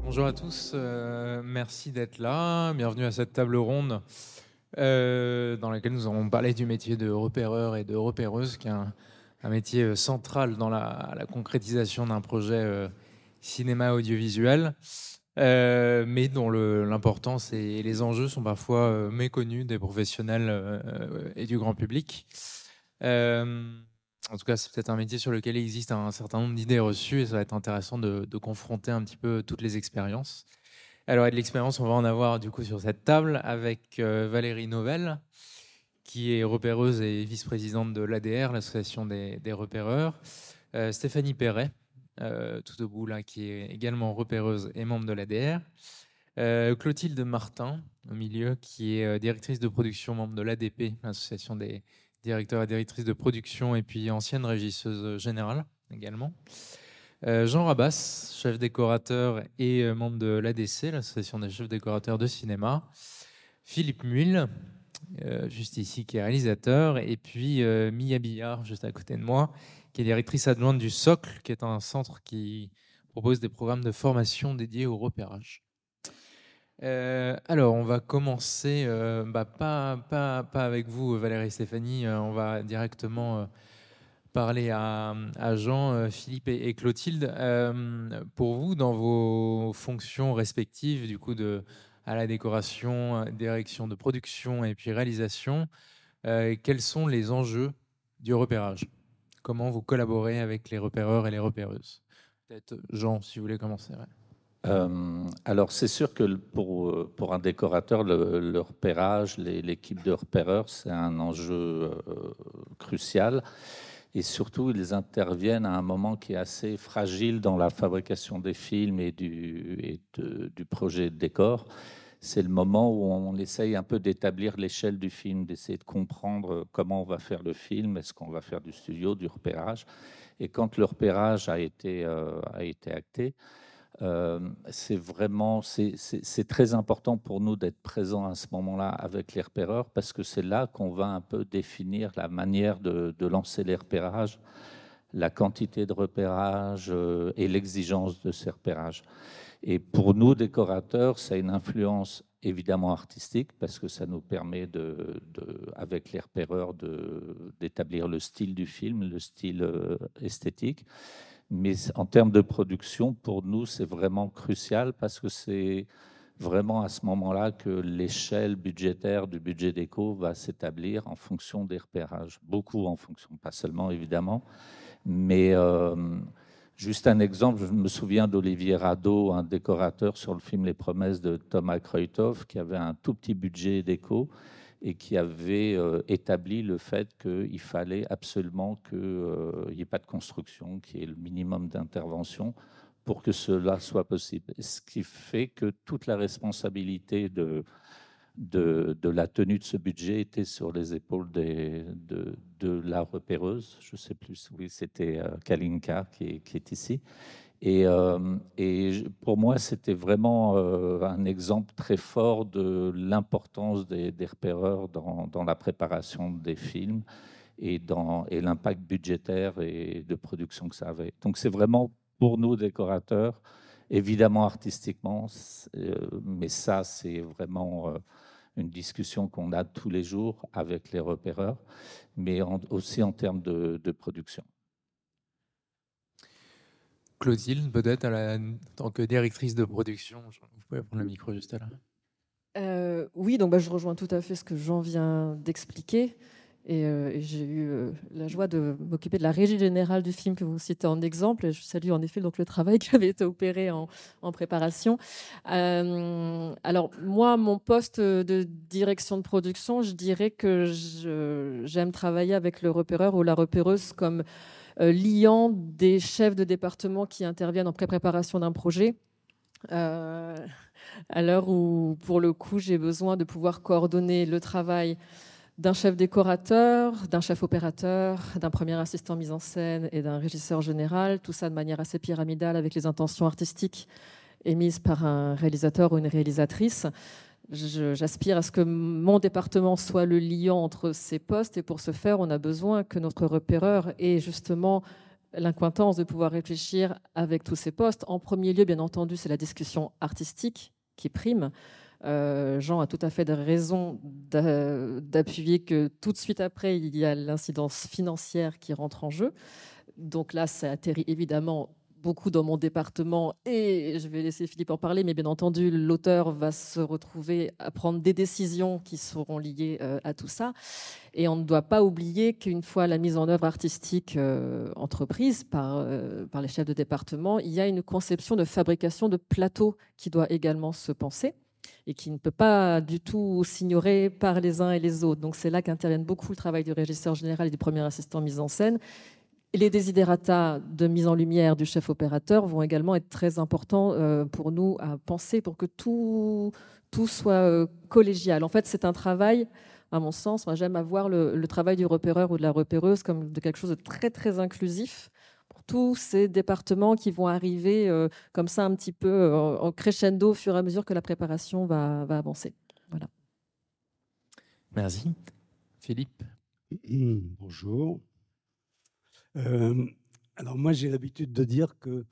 Bonjour à tous, merci d'être là. Bienvenue à cette table ronde dans laquelle nous allons parler du métier de repéreur et de repéreuse, qui est un métier central dans la concrétisation d'un projet cinéma audiovisuel, mais dont l'importance et les enjeux sont parfois méconnus des professionnels et du grand public. En tout cas, c'est peut-être un métier sur lequel il existe un certain nombre d'idées reçues et ça va être intéressant de confronter un petit peu toutes les expériences. Alors, et de l'expérience, on va en avoir du coup sur cette table avec Valérie Novelle, qui est repéreuse et vice-présidente de l'ADR, l'association des repéreurs. Stéphanie Perret, tout au bout là, qui est également repéreuse et membre de l'ADR. Clotilde Martin, au milieu, qui est directrice de production, membre de l'ADP, l'association des directeur et directrice de production, et puis ancienne régisseuse générale également. Jean Rabas, chef décorateur et membre de l'ADC, l'association des chefs décorateurs de cinéma. Philippe Muil, juste ici, qui est réalisateur. Et puis Mia Billard, juste à côté de moi, qui est directrice adjointe du Socle, qui est un centre qui propose des programmes de formation dédiés au repérage. Alors, on va commencer, pas avec vous, Valérie et Stéphanie, on va directement parler à Jean, Philippe et Clotilde. Pour vous, dans vos fonctions respectives, du coup, à la décoration, direction de production et puis réalisation, quels sont les enjeux du repérage? Comment vous collaborez avec les repéreurs et les repéreuses? Peut-être Jean, si vous voulez commencer. Ouais. Alors, c'est sûr que pour un décorateur, le repérage, l'équipe de repéreurs, c'est un enjeu crucial. Et surtout, ils interviennent à un moment qui est assez fragile dans la fabrication des films et du projet de décor. C'est le moment où on essaye un peu d'établir l'échelle du film, d'essayer de comprendre comment on va faire le film, est-ce qu'on va faire du studio, du repérage. Et quand le repérage a été acté, c'est très important pour nous d'être présents à ce moment-là avec les repéreurs parce que c'est là qu'on va un peu définir la manière de lancer les repérages, la quantité de repérages et l'exigence de ces repérages. Et pour nous, décorateurs, ça a une influence évidemment artistique parce que ça nous permet avec les repéreurs d'établir le style du film, le style esthétique. Mais en termes de production, pour nous, c'est vraiment crucial parce que c'est vraiment à ce moment-là que l'échelle budgétaire du budget déco va s'établir en fonction des repérages. Beaucoup en fonction, pas seulement évidemment, mais juste un exemple, je me souviens d'Olivier Rado, un décorateur sur le film Les Promesses de Thomas Kreuthoff, qui avait un tout petit budget déco et qui avait établi le fait qu'il fallait absolument qu'il n'y ait pas de construction, qu'il y ait le minimum d'intervention pour que cela soit possible. Ce qui fait que toute la responsabilité de la tenue de ce budget était sur les épaules de la repéreuse. Je ne sais plus, oui, c'était Kalinka qui est ici. Et pour moi, c'était vraiment un exemple très fort de l'importance des repéreurs dans la préparation des films et l'impact budgétaire et de production que ça avait. Donc c'est vraiment pour nous, décorateurs, évidemment artistiquement, mais ça, c'est vraiment une discussion qu'on a tous les jours avec les repéreurs, mais aussi en termes de production. Clotilde, peut-être en tant que directrice de production, vous pouvez prendre le micro juste là. Oui, donc je rejoins tout à fait ce que Jean vient d'expliquer. Et j'ai eu la joie de m'occuper de la régie générale du film que vous citez en exemple. Et je salue en effet donc, le travail qui avait été opéré en préparation. Alors moi, mon poste de direction de production, je dirais que j'aime travailler avec le repéreur ou la repéreuse comme liant des chefs de département qui interviennent en pré-préparation d'un projet. À l'heure où, pour le coup, j'ai besoin de pouvoir coordonner le travail d'un chef décorateur, d'un chef opérateur, d'un premier assistant mise en scène et d'un régisseur général, tout ça de manière assez pyramidale avec les intentions artistiques émises par un réalisateur ou une réalisatrice. J'aspire à ce que mon département soit le liant entre ces postes et pour ce faire, on a besoin que notre repéreur ait justement l'incointance de pouvoir réfléchir avec tous ces postes. En premier lieu, bien entendu, c'est la discussion artistique qui prime. Jean a tout à fait raison d'appuyer que tout de suite après, il y a l'incidence financière qui rentre en jeu. Donc là, ça atterrit évidemment beaucoup dans mon département et je vais laisser Philippe en parler, mais bien entendu, l'auteur va se retrouver à prendre des décisions qui seront liées à tout ça. Et on ne doit pas oublier qu'une fois la mise en œuvre artistique entreprise par les chefs de département, il y a une conception de fabrication de plateaux qui doit également se penser et qui ne peut pas du tout s'ignorer par les uns et les autres. Donc c'est là qu'interviennent beaucoup le travail du régisseur général et du premier assistant mise en scène. Et les desiderata de mise en lumière du chef opérateur vont également être très importants pour nous à penser pour que tout soit collégial. En fait, c'est un travail, à mon sens, moi j'aime avoir le travail du repéreur ou de la repéreuse comme de quelque chose de très très inclusif pour tous ces départements qui vont arriver comme ça un petit peu en crescendo au fur et à mesure que la préparation va avancer. Voilà. Merci. Philippe. Bonjour. Alors moi, j'ai l'habitude de dire que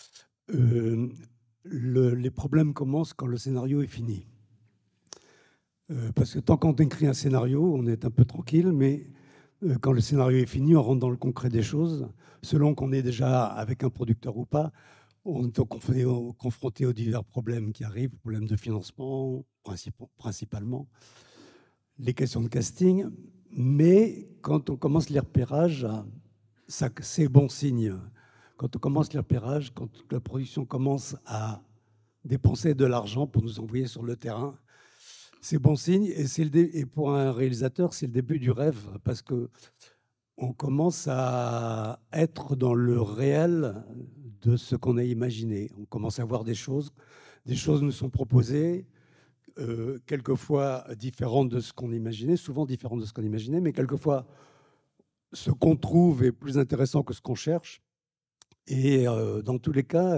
les problèmes commencent quand le scénario est fini. Parce que tant qu'on écrit un scénario, on est un peu tranquille, mais quand le scénario est fini, on rentre dans le concret des choses. Selon qu'on est déjà avec un producteur ou pas, on est confronté aux divers problèmes qui arrivent, problèmes de financement principalement, les questions de casting. Mais quand on commence les repérages, c'est bon signe. Quand on commence les repérages, quand la production commence à dépenser de l'argent pour nous envoyer sur le terrain, c'est bon signe. Et pour un réalisateur, c'est le début du rêve, parce qu'on commence à être dans le réel de ce qu'on a imaginé. On commence à voir des choses nous sont proposées, quelquefois différentes de ce qu'on imaginait, souvent différentes de ce qu'on imaginait, mais quelquefois ce qu'on trouve est plus intéressant que ce qu'on cherche. Et dans tous les cas,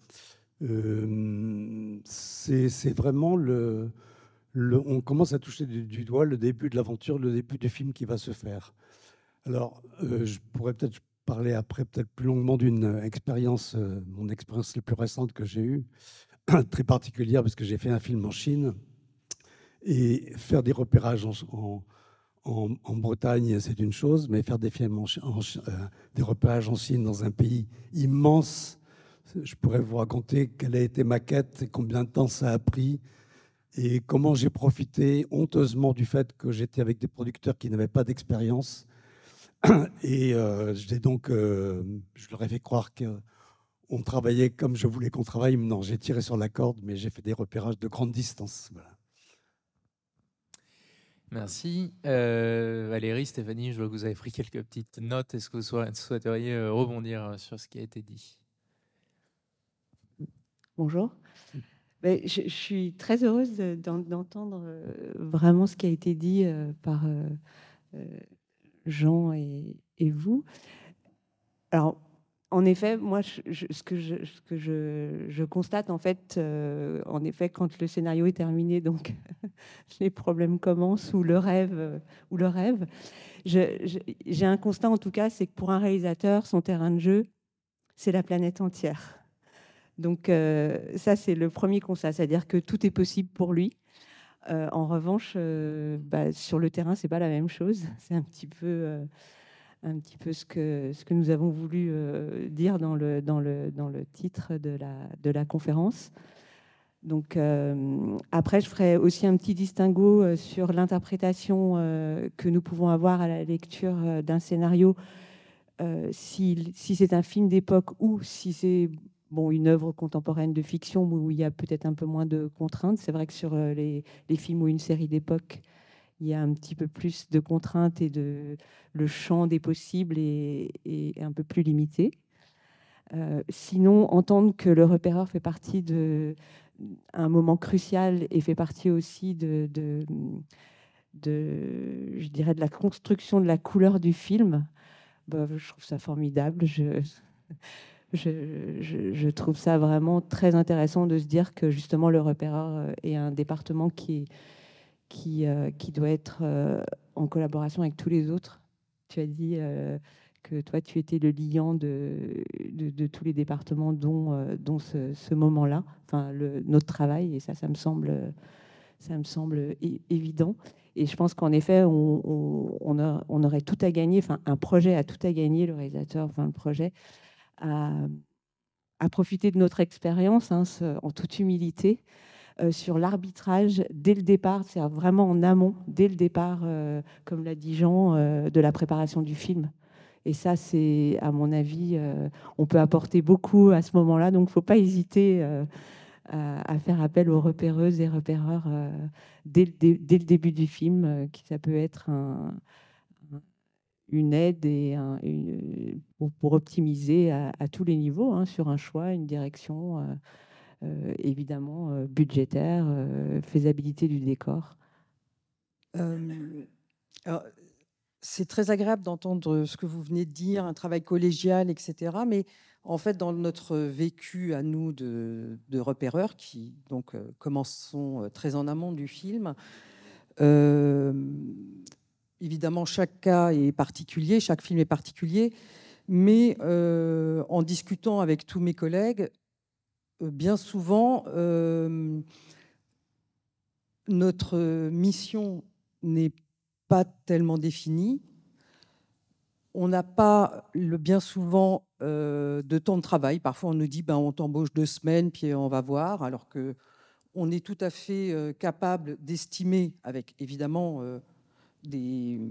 c'est vraiment on commence à toucher du doigt le début de l'aventure, le début du film qui va se faire. Alors, je pourrais peut-être parler après, peut-être plus longuement d'une expérience, mon expérience la plus récente que j'ai eue, très particulière, parce que j'ai fait un film en Chine, et faire des repérages en Bretagne, c'est une chose, mais faire des films des repérages en Chine dans un pays immense, je pourrais vous raconter quelle a été ma quête et combien de temps ça a pris et comment j'ai profité honteusement du fait que j'étais avec des producteurs qui n'avaient pas d'expérience. Et je leur ai fait croire qu'on travaillait comme je voulais qu'on travaille. Non, j'ai tiré sur la corde, mais j'ai fait des repérages de grande distance. Voilà. Merci. Valérie, Stéphanie, je vois que vous avez pris quelques petites notes. Est-ce que vous souhaiteriez rebondir sur ce qui a été dit ? Bonjour. Je suis très heureuse d'entendre vraiment ce qui a été dit par Jean et vous. Alors, en effet, moi, ce que je constate, en fait, en effet, quand le scénario est terminé, donc les problèmes commencent, ou le rêve. J'ai un constat, en tout cas, c'est que pour un réalisateur, son terrain de jeu, c'est la planète entière. Donc ça, c'est le premier constat, c'est-à-dire que tout est possible pour lui. En revanche, sur le terrain, c'est pas la même chose. C'est un petit peu ce que nous avons voulu dire dans le titre de la conférence. Donc après, je ferai aussi un petit distinguo sur l'interprétation que nous pouvons avoir à la lecture d'un scénario, si c'est un film d'époque ou si c'est une œuvre contemporaine de fiction où il y a peut-être un peu moins de contraintes. C'est vrai que sur les films ou une série d'époque, il y a un petit peu plus de contraintes et le champ des possibles est un peu plus limité. Sinon, entendre que le repéreur fait partie d'un moment crucial et fait partie aussi je dirais, de la construction de la couleur du film, je trouve ça formidable. Je trouve ça vraiment très intéressant de se dire que justement le repéreur est un département qui doit être en collaboration avec tous les autres. Tu as dit que toi, tu étais le liant de tous les départements, dont ce moment-là, enfin, notre travail, et ça me semble évident. Et je pense qu'en effet, on aurait tout à gagner, enfin, un projet a tout à gagner, le réalisateur, enfin, le projet, à profiter de notre expérience, hein, en toute humilité, sur l'arbitrage dès le départ, c'est-à-dire vraiment en amont, dès le départ, comme l'a dit Jean, de la préparation du film. Et ça, c'est, à mon avis, on peut apporter beaucoup à ce moment-là, donc il ne faut pas hésiter à faire appel aux repéreuses et repéreurs dès le début du film, ça peut être une aide et pour optimiser à tous les niveaux, hein, sur un choix, une direction, évidemment budgétaire, faisabilité du décor. Alors, c'est très agréable d'entendre ce que vous venez de dire, un travail collégial, etc. Mais en fait, dans notre vécu à nous de repéreurs, qui donc commençons très en amont du film, évidemment, chaque cas est particulier, chaque film est particulier, mais en discutant avec tous mes collègues, bien souvent, notre mission n'est pas tellement définie. On n'a pas bien souvent de temps de travail. Parfois, on nous dit on t'embauche 2 semaines, puis on va voir, alors qu'on est tout à fait capable d'estimer, avec évidemment des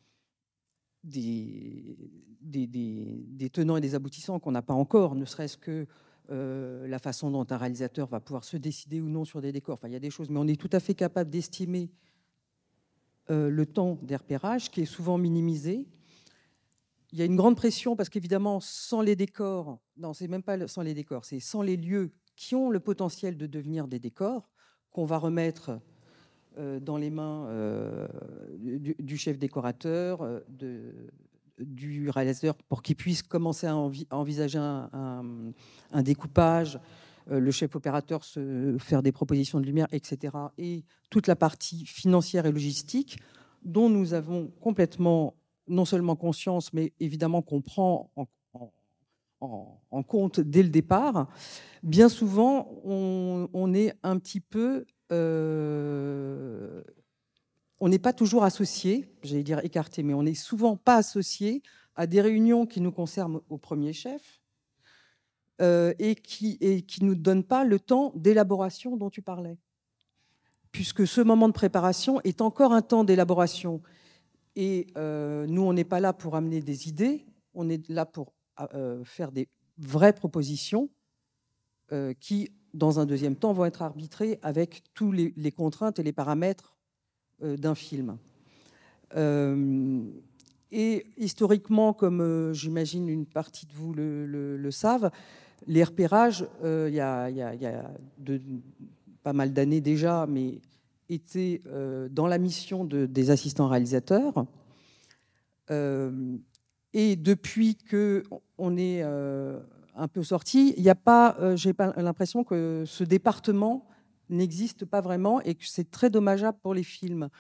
tenants et des aboutissants qu'on n'a pas encore, ne serait-ce que la façon dont un réalisateur va pouvoir se décider ou non sur des décors. Enfin, il y a des choses, mais on est tout à fait capable d'estimer le temps des repérages, qui est souvent minimisé. Il y a une grande pression parce qu'évidemment, sans les décors, non, c'est même pas sans les décors, c'est sans les lieux qui ont le potentiel de devenir des décors qu'on va remettre dans les mains du chef décorateur, du réalisateur, pour qu'il puisse commencer à envisager un découpage, le chef opérateur faire des propositions de lumière, etc. Et toute la partie financière et logistique dont nous avons complètement non seulement conscience, mais évidemment qu'on prend en compte dès le départ. Bien souvent, on est un petit peu... on n'est pas toujours associé, j'allais dire écarté, mais on n'est souvent pas associé à des réunions qui nous concernent au premier chef et qui ne nous donnent pas le temps d'élaboration dont tu parlais. Puisque ce moment de préparation est encore un temps d'élaboration. Et nous, on n'est pas là pour amener des idées, on est là pour faire des vraies propositions qui, dans un deuxième temps, vont être arbitrées avec tous les contraintes et les paramètres d'un film. Et historiquement, comme j'imagine une partie de vous le savent, les repérages, il y a pas mal d'années déjà, mais étaient dans la mission des assistants réalisateurs. Et depuis qu'on est un peu sorti, il n'y a pas, j'ai pas l'impression que ce département n'existe pas vraiment et que c'est très dommageable pour les films.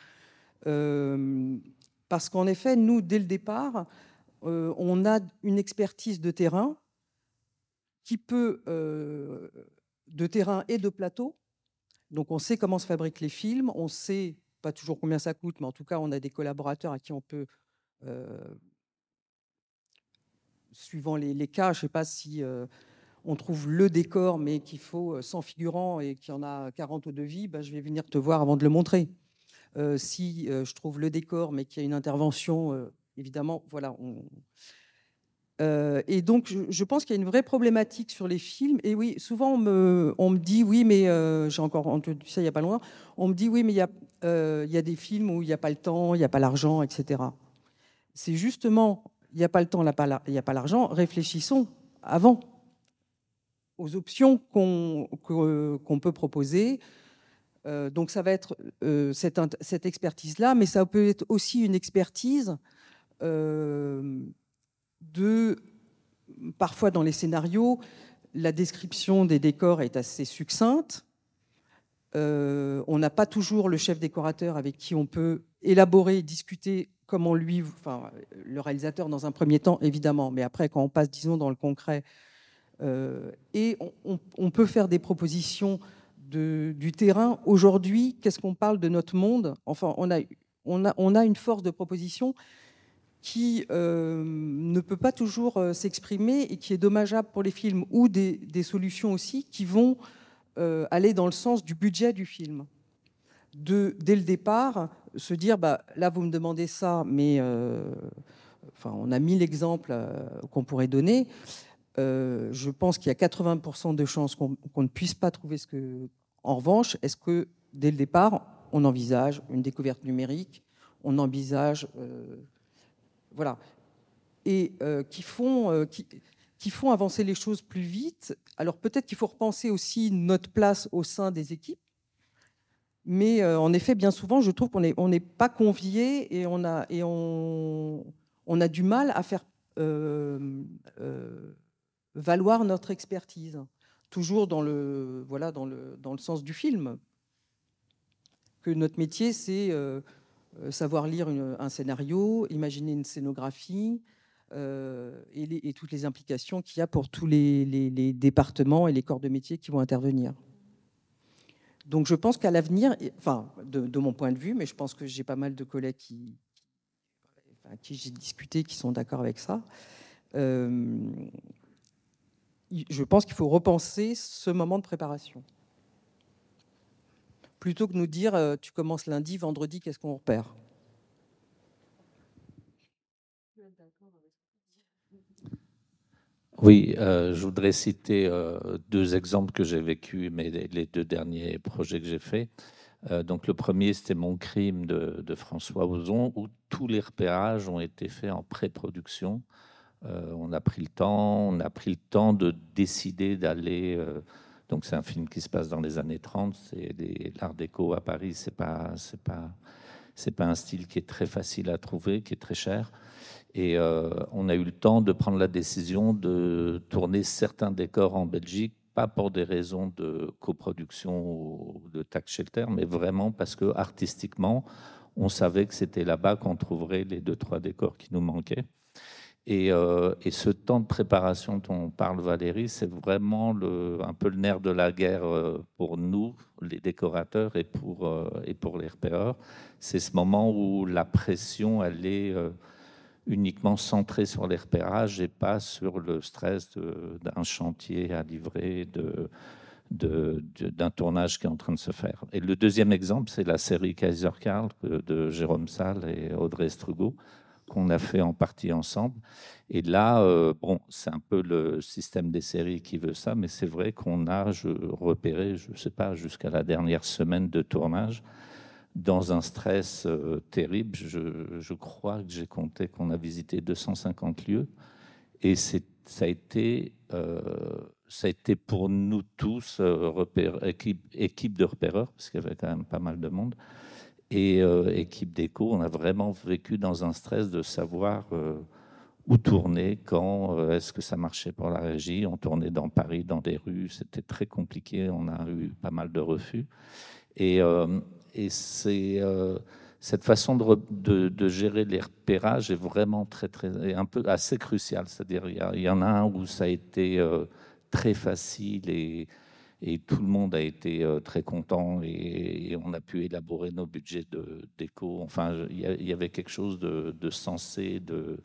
Parce qu'en effet, nous, dès le départ, on a une expertise de terrain qui peut, de terrain et de plateau. Donc, on sait comment se fabriquent les films, on sait pas toujours combien ça coûte, mais en tout cas, on a des collaborateurs à qui on peut, suivant les cas, je ne sais pas si on trouve le décor, mais qu'il faut 100 figurants et qu'il y en a 40 au devis, je vais venir te voir avant de le montrer. Si je trouve le décor, mais qu'il y a une intervention, évidemment, voilà. Et donc, je pense qu'il y a une vraie problématique sur les films. Et oui, souvent, on me dit, oui, mais j'ai encore entendu ça il n'y a pas longtemps, on me dit, oui, mais il y a des films où il n'y a pas le temps, il n'y a pas l'argent, etc. C'est justement, il n'y a pas le temps, il n'y a pas l'argent, réfléchissons avant aux options qu'on peut proposer. Donc, ça va être cette expertise-là, mais ça peut être aussi une expertise parfois dans les scénarios, la description des décors est assez succincte. On n'a pas toujours le chef décorateur avec qui on peut élaborer, discuter comment lui, enfin, le réalisateur dans un premier temps, évidemment, mais après, quand on passe, disons, dans le concret, et on peut faire des propositions du terrain. Aujourd'hui, qu'est-ce qu'on parle de notre monde? Enfin, on a une force de proposition qui ne peut pas toujours s'exprimer et qui est dommageable pour les films, ou des solutions aussi qui vont aller dans le sens du budget du film. Dès le départ, se dire, bah, là, vous me demandez ça, mais enfin, on a 1000 exemples qu'on pourrait donner. Je pense qu'il y a 80% de chances qu'on ne puisse pas trouver ce que... En revanche, est-ce que, dès le départ, on envisage une découverte numérique, on envisage... voilà. Et qui font avancer les choses plus vite. Alors peut-être qu'il faut repenser aussi notre place au sein des équipes. Mais en effet, bien souvent, je trouve qu'on n'est pas conviés et on a du mal à faire valoir notre expertise, toujours dans le sens du film. Que notre métier, c'est savoir lire un scénario, imaginer une scénographie et toutes les implications qu'il y a pour tous les départements et les corps de métier qui vont intervenir. Donc je pense qu'à l'avenir, enfin de mon point de vue, mais je pense que j'ai pas mal de collègues qui j'ai discuté, qui sont d'accord avec ça, je pense qu'il faut repenser ce moment de préparation. Plutôt que de nous dire, tu commences lundi, vendredi, qu'est-ce qu'on repère? Oui, je voudrais citer 2 exemples que j'ai vécus, mais les 2 derniers projets que j'ai faits. Donc le premier, c'était Mon crime de François Ozon, où tous les repérages ont été faits en pré-production. On a pris le temps de décider d'aller... donc c'est un film qui se passe dans les années 30, c'est l'art déco à Paris, c'est pas un style qui est très facile à trouver, qui est très cher. Et on a eu le temps de prendre la décision de tourner certains décors en Belgique, pas pour des raisons de coproduction ou de tax shelter, mais vraiment parce que artistiquement, on savait que c'était là-bas qu'on trouverait les 2-3 décors qui nous manquaient. Et ce temps de préparation dont parle Valérie, c'est vraiment un peu le nerf de la guerre pour nous, les décorateurs, et pour les repéreurs. C'est ce moment où la pression, elle est uniquement centrée sur les repérages et pas sur le stress d'un chantier à livrer, d'un tournage qui est en train de se faire. Et le deuxième exemple, c'est la série Kaiser Karl de Jérôme Salle et Audrey Strugo, qu'on a fait en partie ensemble. Et là, bon, c'est un peu le système des séries qui veut ça, mais c'est vrai qu'on a repéré, je ne sais pas, jusqu'à la dernière semaine de tournage, dans un stress terrible. Je crois que j'ai compté qu'on a visité 250 lieux. Et ça a été pour nous tous, équipe de repéreurs, parce qu'il y avait quand même pas mal de monde, et équipe d'éco, on a vraiment vécu dans un stress de savoir où tourner, quand, est-ce que ça marchait pour la régie. On tournait dans Paris, dans des rues, c'était très compliqué, on a eu pas mal de refus. Et c'est cette façon de gérer les repérages est vraiment un peu assez cruciale. C'est-à-dire, il y en a un où ça a été très facile et tout le monde a été très content et on a pu élaborer nos budgets d'éco. Enfin, il y avait quelque chose de sensé,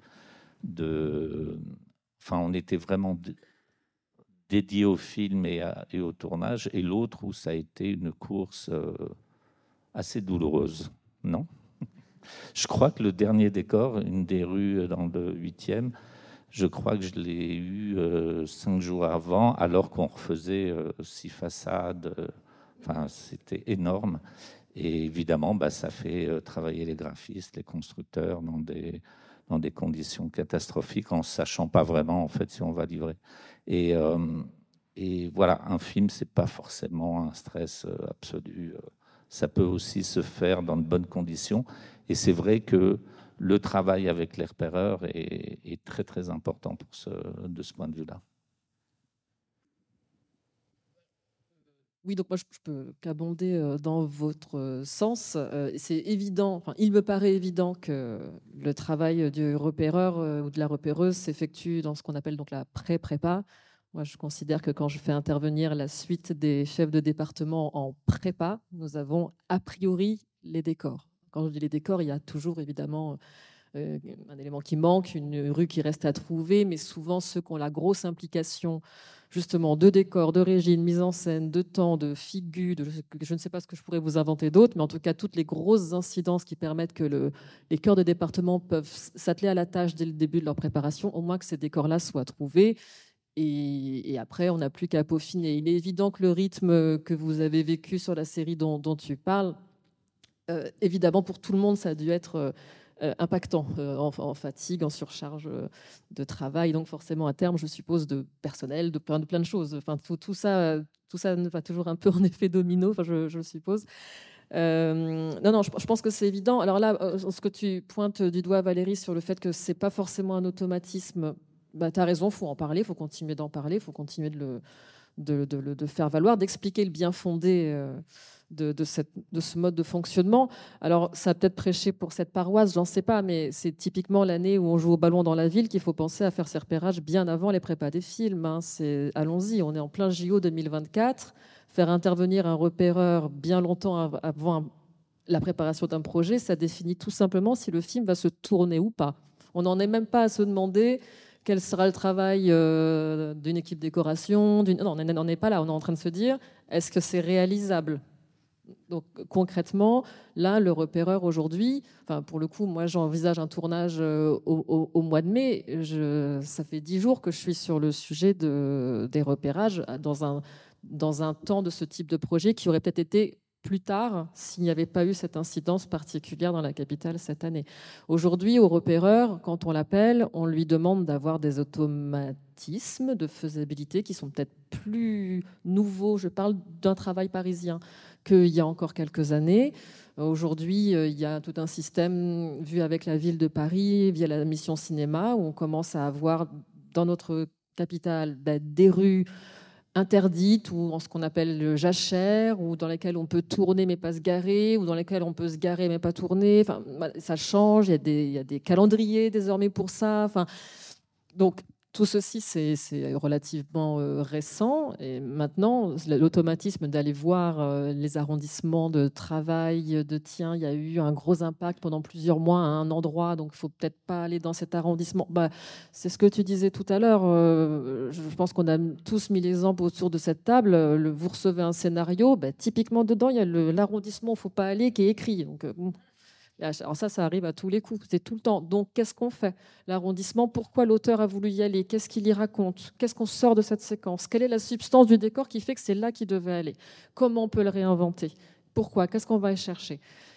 enfin, on était vraiment dédié au film et au tournage. Et l'autre où ça a été une course assez douloureuse, non? Je crois que le dernier décor, une des rues dans le 8e, je crois que je l'ai eu 5 jours avant, alors qu'on refaisait 6 façades. Enfin, c'était énorme. Et évidemment, bah, ça fait travailler les graphistes, les constructeurs dans des conditions catastrophiques, en ne sachant pas vraiment en fait si on va livrer. Et voilà, un film, c'est pas forcément un stress absolu. Ça peut aussi se faire dans de bonnes conditions. Et c'est vrai que le travail avec les repéreurs est très, très important de ce point de vue-là. Oui, donc moi je peux qu'abonder dans votre sens. C'est évident, enfin, il me paraît évident que le travail du repéreur ou de la repéreuse s'effectue dans ce qu'on appelle donc la pré-prépa. Moi, je considère que quand je fais intervenir la suite des chefs de département en prépa, nous avons a priori les décors. Quand je dis les décors, il y a toujours évidemment un élément qui manque, une rue qui reste à trouver, mais souvent ceux qui ont la grosse implication justement de décor, de régie, de mise en scène, de temps, de figures, je ne sais pas ce que je pourrais vous inventer d'autre, mais en tout cas toutes les grosses incidences qui permettent que les chœurs de département peuvent s'atteler à la tâche dès le début de leur préparation, au moins que ces décors-là soient trouvés. Et après, on n'a plus qu'à peaufiner. Il est évident que le rythme que vous avez vécu sur la série dont tu parles, évidemment pour tout le monde, ça a dû être impactant en fatigue, en surcharge de travail, donc forcément à terme, je suppose, de personnel, de plein de choses. Enfin, tout ça va toujours un peu en effet domino, enfin, je le suppose. Non, je pense que c'est évident. Alors là, ce que tu pointes du doigt, Valérie, sur le fait que c'est pas forcément un automatisme, bah, tu as raison, il faut en parler, il faut continuer d'en parler, il faut continuer de faire valoir, d'expliquer le bien fondé de ce mode de fonctionnement. Alors, ça a peut-être prêché pour cette paroisse, j'en sais pas, mais c'est typiquement l'année où on joue au ballon dans la ville qu'il faut penser à faire ces repérages bien avant les prépas des films. Hein. Allons-y, on est en plein JO 2024. Faire intervenir un repéreur bien longtemps avant la préparation d'un projet, ça définit tout simplement si le film va se tourner ou pas. On n'en est même pas à se demander quel sera le travail d'une équipe décoration. Non, on n'en est pas là. On est en train de se dire, est-ce que c'est réalisable ? Donc concrètement, là, le repéreur aujourd'hui, enfin, pour le coup, moi j'envisage un tournage au mois de mai. Ça fait 10 jours que je suis sur le sujet des repérages dans un temps de ce type de projet qui aurait peut-être été plus tard s'il n'y avait pas eu cette incidence particulière dans la capitale cette année. Aujourd'hui, au repéreur, quand on l'appelle, on lui demande d'avoir des automatismes de faisabilité qui sont peut-être plus nouveaux. Je parle d'un travail parisien qu'il y a encore quelques années. Aujourd'hui, il y a tout un système vu avec la ville de Paris, via la mission cinéma, où on commence à avoir dans notre capitale des rues interdites ou en ce qu'on appelle le jachère, ou dans lesquelles on peut tourner mais pas se garer, ou dans lesquelles on peut se garer mais pas tourner. Enfin, ça change, il y a des calendriers désormais pour ça. Enfin, donc, tout ceci, c'est relativement récent. Et maintenant, l'automatisme d'aller voir les arrondissements de travail, il y a eu un gros impact pendant plusieurs mois à un endroit, donc il ne faut peut-être pas aller dans cet arrondissement. Bah, c'est ce que tu disais tout à l'heure. Je pense qu'on a tous mis l'exemple autour de cette table. Vous recevez un scénario, bah, typiquement dedans, il y a l'arrondissement où il ne faut pas aller qui est écrit. Donc, alors ça arrive à tous les coups, c'est tout le temps. Donc, qu'est-ce qu'on fait ? L'arrondissement, pourquoi l'auteur a voulu y aller ? Qu'est-ce qu'il y raconte ? Qu'est-ce qu'on sort de cette séquence ? Quelle est la substance du décor qui fait que c'est là qu'il devait aller ? Comment on peut le réinventer ? Pourquoi ? Qu'est-ce qu'on va y chercher ?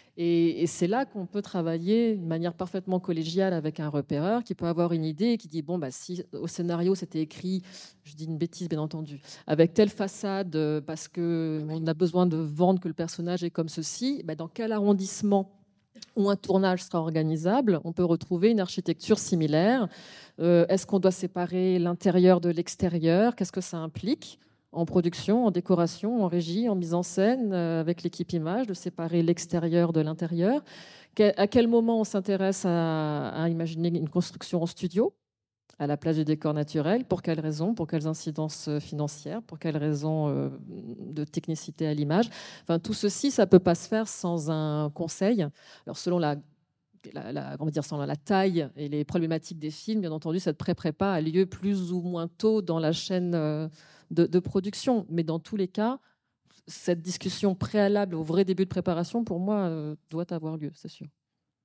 Et c'est là qu'on peut travailler de manière parfaitement collégiale avec un repéreur qui peut avoir une idée et qui dit, bon, bah, si au scénario c'était écrit, je dis une bêtise bien entendu, avec telle façade parce qu'on a besoin de vendre que le personnage est comme ceci, bah, dans quel arrondissement où un tournage sera organisable, on peut retrouver une architecture similaire. Est-ce qu'on doit séparer l'intérieur de l'extérieur ? Qu'est-ce que ça implique en production, en décoration, en régie, en mise en scène, avec l'équipe image, de séparer l'extérieur de l'intérieur ? À quel moment on s'intéresse à imaginer une construction en studio à la place du décor naturel? Pour quelles raisons? Pour quelles incidences financières? Pour quelles raisons de technicité à l'image? Enfin, tout ceci, ça ne peut pas se faire sans un conseil. Alors, selon on va dire, selon la taille et les problématiques des films, bien entendu, cette pré-prépa a lieu plus ou moins tôt dans la chaîne de production. Mais dans tous les cas, cette discussion préalable au vrai début de préparation, pour moi, doit avoir lieu, c'est sûr.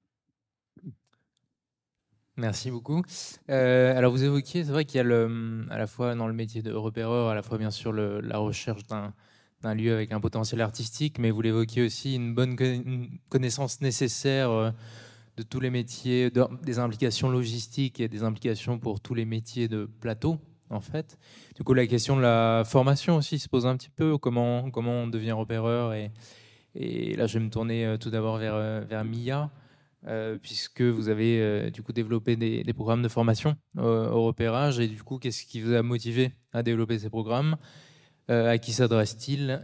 Merci beaucoup. Alors vous évoquiez, c'est vrai qu'il y a à la fois dans le métier de repéreur, à la fois bien sûr la recherche d'un lieu avec un potentiel artistique, mais vous l'évoquiez aussi, une bonne connaissance nécessaire de tous les métiers, des implications logistiques et des implications pour tous les métiers de plateau, en fait. Du coup, la question de la formation aussi se pose un petit peu, comment on devient repéreur. Et là, je vais me tourner tout d'abord vers Mia. Puisque vous avez du coup développé des programmes de formation au repérage, et du coup, qu'est-ce qui vous a motivé à développer ces programmes ? À qui s'adresse-t-il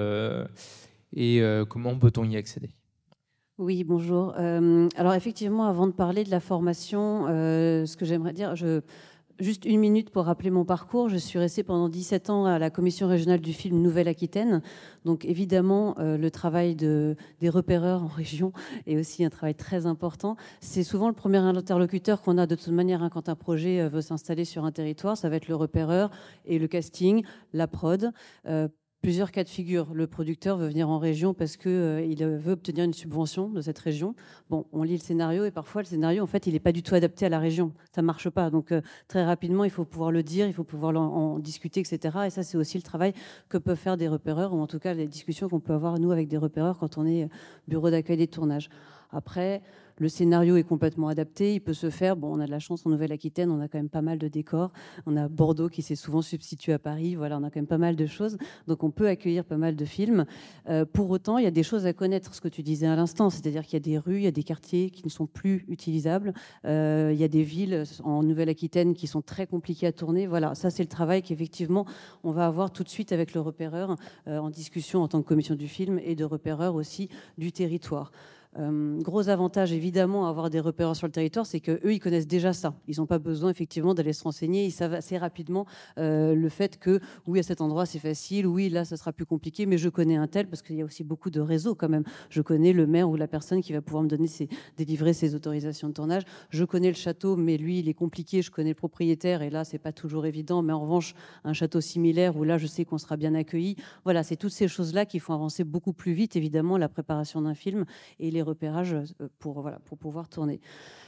et comment peut-on y accéder? Oui, bonjour. Alors effectivement, avant de parler de la formation, ce que j'aimerais dire, juste une minute pour rappeler mon parcours. Je suis restée pendant 17 ans à la commission régionale du film Nouvelle-Aquitaine. Donc évidemment, le travail des repéreurs en région est aussi un travail très important. C'est souvent le premier interlocuteur qu'on a de toute manière hein, quand un projet veut s'installer sur un territoire. Ça va être le repéreur et le casting, la prod. Plusieurs cas de figure. Le producteur veut venir en région parce qu'il veut obtenir une subvention de cette région. Bon, on lit le scénario et parfois le scénario, en fait, il n'est pas du tout adapté à la région. Ça ne marche pas. Donc, très rapidement, il faut pouvoir le dire, il faut pouvoir en discuter, etc. Et ça, c'est aussi le travail que peuvent faire des repéreurs, ou en tout cas les discussions qu'on peut avoir, nous, avec des repéreurs quand on est bureau d'accueil des tournages. Après, le scénario est complètement adapté, il peut se faire. Bon, on a de la chance en Nouvelle-Aquitaine, on a quand même pas mal de décors. On a Bordeaux qui s'est souvent substitué à Paris. Voilà, on a quand même pas mal de choses. Donc, on peut accueillir pas mal de films. Pour autant, il y a des choses à connaître, ce que tu disais à l'instant. C'est-à-dire qu'il y a des rues, il y a des quartiers qui ne sont plus utilisables. Il y a des villes en Nouvelle-Aquitaine qui sont très compliquées à tourner. Voilà, ça, c'est le travail qu'effectivement, on va avoir tout de suite avec le repéreur en discussion en tant que commission du film et de repéreur aussi du territoire. Gros avantage évidemment à avoir des repéreurs sur le territoire, c'est qu'eux ils connaissent déjà ça. Ils n'ont pas besoin effectivement d'aller se renseigner. Ils savent assez rapidement le fait que oui à cet endroit c'est facile, oui là ça sera plus compliqué, mais je connais un tel parce qu'il y a aussi beaucoup de réseaux quand même. Je connais le maire ou la personne qui va pouvoir me donner délivrer ses autorisations de tournage. Je connais le château, mais lui il est compliqué. Je connais le propriétaire et là c'est pas toujours évident. Mais en revanche un château similaire où là je sais qu'on sera bien accueilli. Voilà, c'est toutes ces choses là qui font avancer beaucoup plus vite évidemment la préparation d'un film et les repérages pour pouvoir tourner.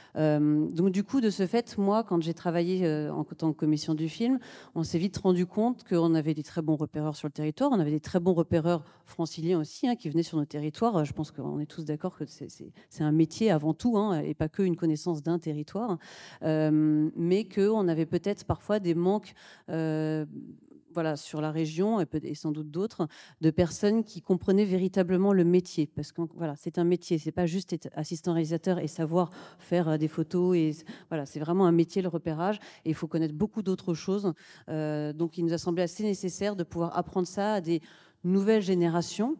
Donc du coup, de ce fait, moi, quand j'ai travaillé en tant que commission du film, on s'est vite rendu compte qu'on avait des très bons repéreurs sur le territoire, on avait des très bons repéreurs franciliens aussi hein, qui venaient sur nos territoires. Je pense qu'on est tous d'accord que c'est un métier avant tout hein, et pas qu'une connaissance d'un territoire, mais qu'on avait peut-être parfois des manques voilà, sur la région et sans doute d'autres, de personnes qui comprenaient véritablement le métier. Parce que voilà, c'est un métier, c'est pas juste être assistant réalisateur et savoir faire des photos. Et, voilà, c'est vraiment un métier, le repérage. Et il faut connaître beaucoup d'autres choses. Donc il nous a semblé assez nécessaire de pouvoir apprendre ça à des nouvelles générations.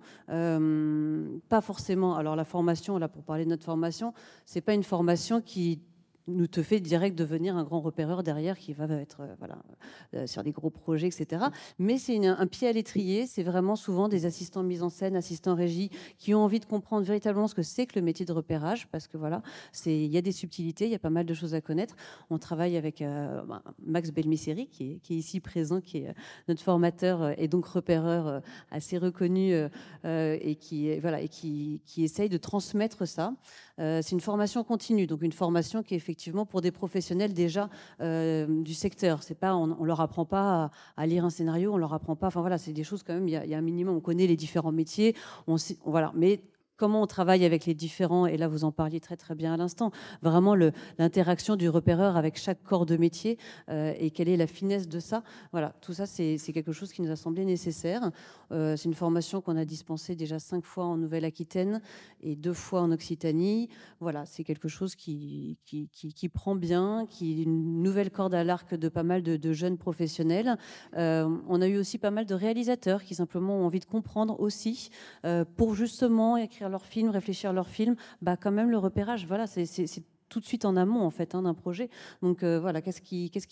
Pas forcément... Alors la formation, là pour parler de notre formation, c'est pas une formation qui nous te fait direct devenir un grand repéreur derrière qui va être sur des gros projets, etc. Mais c'est un pied à l'étrier. C'est vraiment souvent des assistants de mise en scène, assistants régie, qui ont envie de comprendre véritablement ce que c'est que le métier de repérage, parce que voilà, il y a des subtilités, il y a pas mal de choses à connaître. On travaille avec Max Belmisseri, qui est ici présent, qui est notre formateur et donc repéreur assez reconnu et qui essaye de transmettre ça. C'est une formation continue, donc une formation qui est effectivement pour des professionnels déjà du secteur. C'est pas, on leur apprend pas à lire un scénario, on leur apprend pas. Enfin voilà, c'est des choses quand même. Il y a un minimum. On connaît les différents métiers. Voilà, mais comment on travaille avec les différents, et là vous en parliez très très bien à l'instant, vraiment l'interaction du repéreur avec chaque corps de métier et quelle est la finesse de ça. Voilà, tout ça c'est quelque chose qui nous a semblé nécessaire. C'est une formation qu'on a dispensée déjà 5 fois en Nouvelle-Aquitaine et 2 fois en Occitanie. Voilà, c'est quelque chose qui prend bien, qui est une nouvelle corde à l'arc de pas mal de jeunes professionnels. On a eu aussi pas mal de réalisateurs qui simplement ont envie de comprendre aussi pour justement écrire leur film, réfléchir leur film, bah quand même le repérage, voilà, c'est tout de suite en amont en fait d'un projet. Donc voilà, qu'est-ce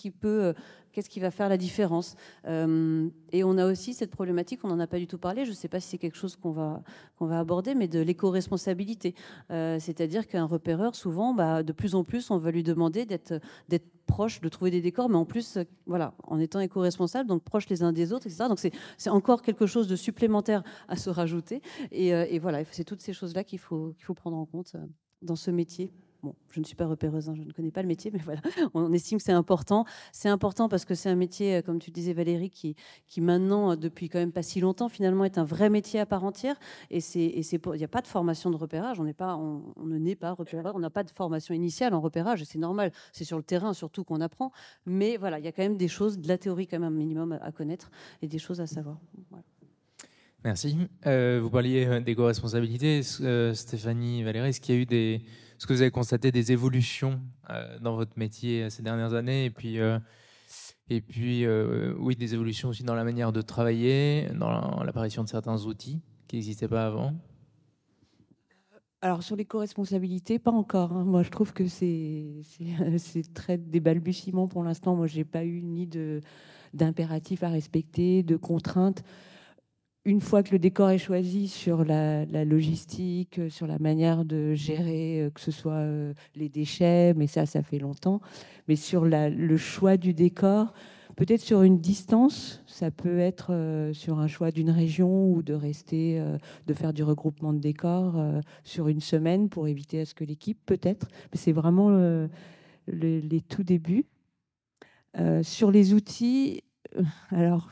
qui va faire la différence et on a aussi cette problématique, on n'en a pas du tout parlé, je ne sais pas si c'est quelque chose qu'on va aborder, mais de l'éco-responsabilité. C'est-à-dire qu'un repéreur, souvent, de plus en plus, on va lui demander d'être proche, de trouver des décors, mais en plus, voilà, en étant éco-responsable, donc proche les uns des autres, etc. Donc c'est encore quelque chose de supplémentaire à se rajouter. Et voilà, c'est toutes ces choses-là qu'il faut prendre en compte dans ce métier. Bon, je ne suis pas repéreuse, hein, je ne connais pas le métier, mais voilà, on estime que c'est important. C'est important parce que c'est un métier, comme tu disais Valérie, qui maintenant, depuis quand même pas si longtemps, finalement, est un vrai métier à part entière. Et il n'y a pas de formation de repérage, on ne naît pas repéreur, on n'a pas de formation initiale en repérage, et c'est normal, c'est sur le terrain surtout qu'on apprend. Mais voilà, il y a quand même des choses, de la théorie quand même un minimum à connaître et des choses à savoir. Voilà. Merci. Vous parliez d'éco-responsabilité. Stéphanie, Valérie, est-ce que vous avez constaté des évolutions dans votre métier ces dernières années? Et puis, Et puis, oui, des évolutions aussi dans la manière de travailler, dans l'apparition de certains outils qui n'existaient pas avant. Alors sur les co-responsabilités, pas encore, hein. Moi, je trouve que c'est très des balbutiements pour l'instant. Moi, j'ai pas eu ni d'impératifs à respecter, de contraintes. Une fois que le décor est choisi sur la logistique, sur la manière de gérer, que ce soit les déchets, mais ça fait longtemps. Mais sur le choix du décor, peut-être sur une distance, ça peut être sur un choix d'une région ou de rester, de faire du regroupement de décors sur une semaine pour éviter à ce que l'équipe, peut-être. Mais c'est vraiment les tout débuts. Sur les outils, alors,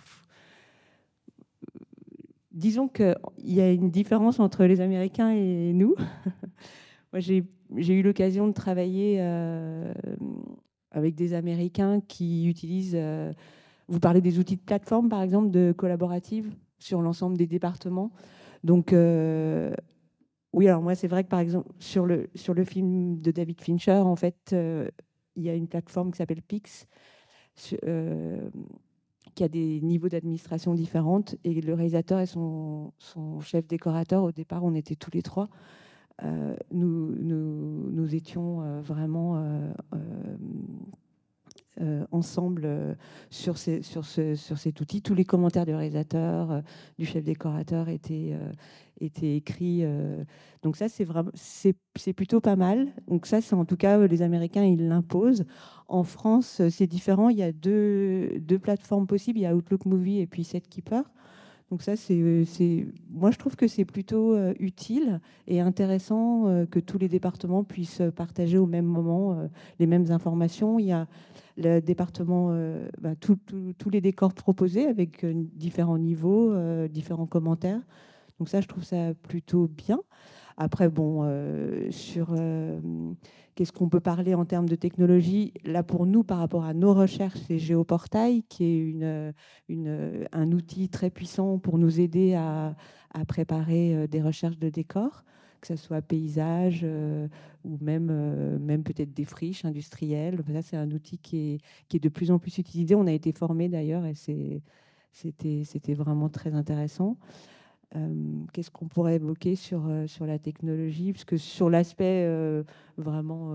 disons qu'il y a une différence entre les Américains et nous. Moi, j'ai eu l'occasion de travailler avec des Américains qui utilisent... vous parlez des outils de plateforme, par exemple, de collaborative sur l'ensemble des départements. Donc, oui, alors moi, c'est vrai que, par exemple, sur le film de David Fincher, en fait, il y a une plateforme qui s'appelle Pix, qui a des niveaux d'administration différentes. Et le réalisateur et son chef décorateur, au départ, on était tous les trois. Nous étions vraiment ensemble sur cet outil. Tous les commentaires du réalisateur, du chef décorateur étaient écrits. Donc ça, c'est plutôt pas mal. Donc ça, c'est en tout cas, les Américains, ils l'imposent. En France, c'est différent. Il y a deux plateformes possibles. Il y a Outlook Movie et puis Setkeeper. Donc ça, moi, je trouve que c'est plutôt utile et intéressant que tous les départements puissent partager au même moment les mêmes informations. Il y a le département, tous les décors proposés avec différents niveaux, différents commentaires. Donc ça, je trouve ça plutôt bien. Après, bon, sur qu'est-ce qu'on peut parler en termes de technologie, là pour nous, par rapport à nos recherches, c'est Géoportail, qui est un outil très puissant pour nous aider à préparer des recherches de décors, que ce soit paysage ou même peut-être des friches industrielles. Ça, c'est un outil qui est de plus en plus utilisé. On a été formés d'ailleurs et c'était vraiment très intéressant. Qu'est-ce qu'on pourrait évoquer sur la technologie? Parce que sur l'aspect vraiment...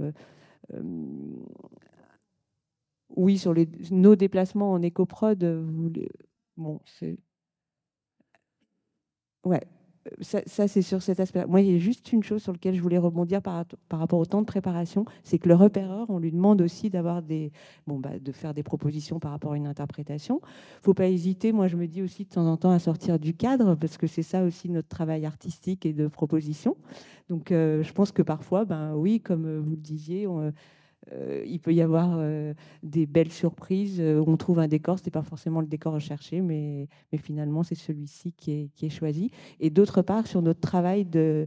oui, sur nos déplacements en écoprod, bon, c'est... Ouais. Ça, c'est sur cet aspect. Moi, il y a juste une chose sur laquelle je voulais rebondir par rapport au temps de préparation, c'est que le repéreur, on lui demande aussi de faire des propositions par rapport à une interprétation. Il ne faut pas hésiter. Moi, je me dis aussi de temps en temps à sortir du cadre, parce que c'est ça aussi notre travail artistique et de proposition. Donc, je pense que parfois, oui, comme vous le disiez, il peut y avoir des belles surprises. On trouve un décor, ce n'est pas forcément le décor recherché, mais finalement, c'est celui-ci qui est choisi. Et d'autre part, sur notre travail de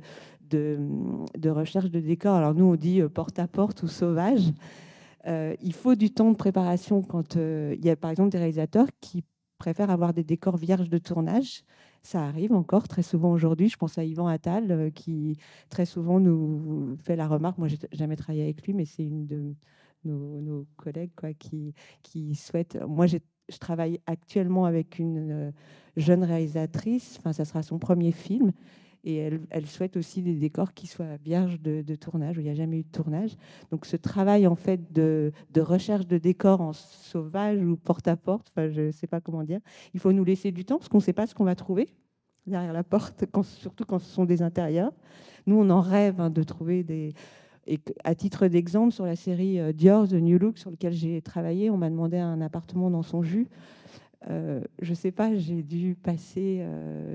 recherche de décor, alors nous, on dit porte-à-porte ou sauvage. Il faut du temps de préparation quand il y a, par exemple, des réalisateurs qui préfèrent avoir des décors vierges de tournage. Ça arrive encore très souvent aujourd'hui. Je pense à Yvan Attal qui très souvent nous fait la remarque. Moi, j'ai jamais travaillé avec lui, mais c'est une de nos collègues qui souhaite. Moi, je travaille actuellement avec une jeune réalisatrice. Enfin, ça sera son premier film. Et elle souhaite aussi des décors qui soient vierges de tournage, où il n'y a jamais eu de tournage. Donc ce travail en fait de recherche de décors en sauvage ou porte-à-porte, enfin, je ne sais pas comment dire, il faut nous laisser du temps parce qu'on ne sait pas ce qu'on va trouver derrière la porte, surtout quand ce sont des intérieurs. Nous, on en rêve de trouver des... Et à titre d'exemple, sur la série Dior, The New Look, sur lequel j'ai travaillé, on m'a demandé un appartement dans son jus. Je ne sais pas, j'ai dû passer...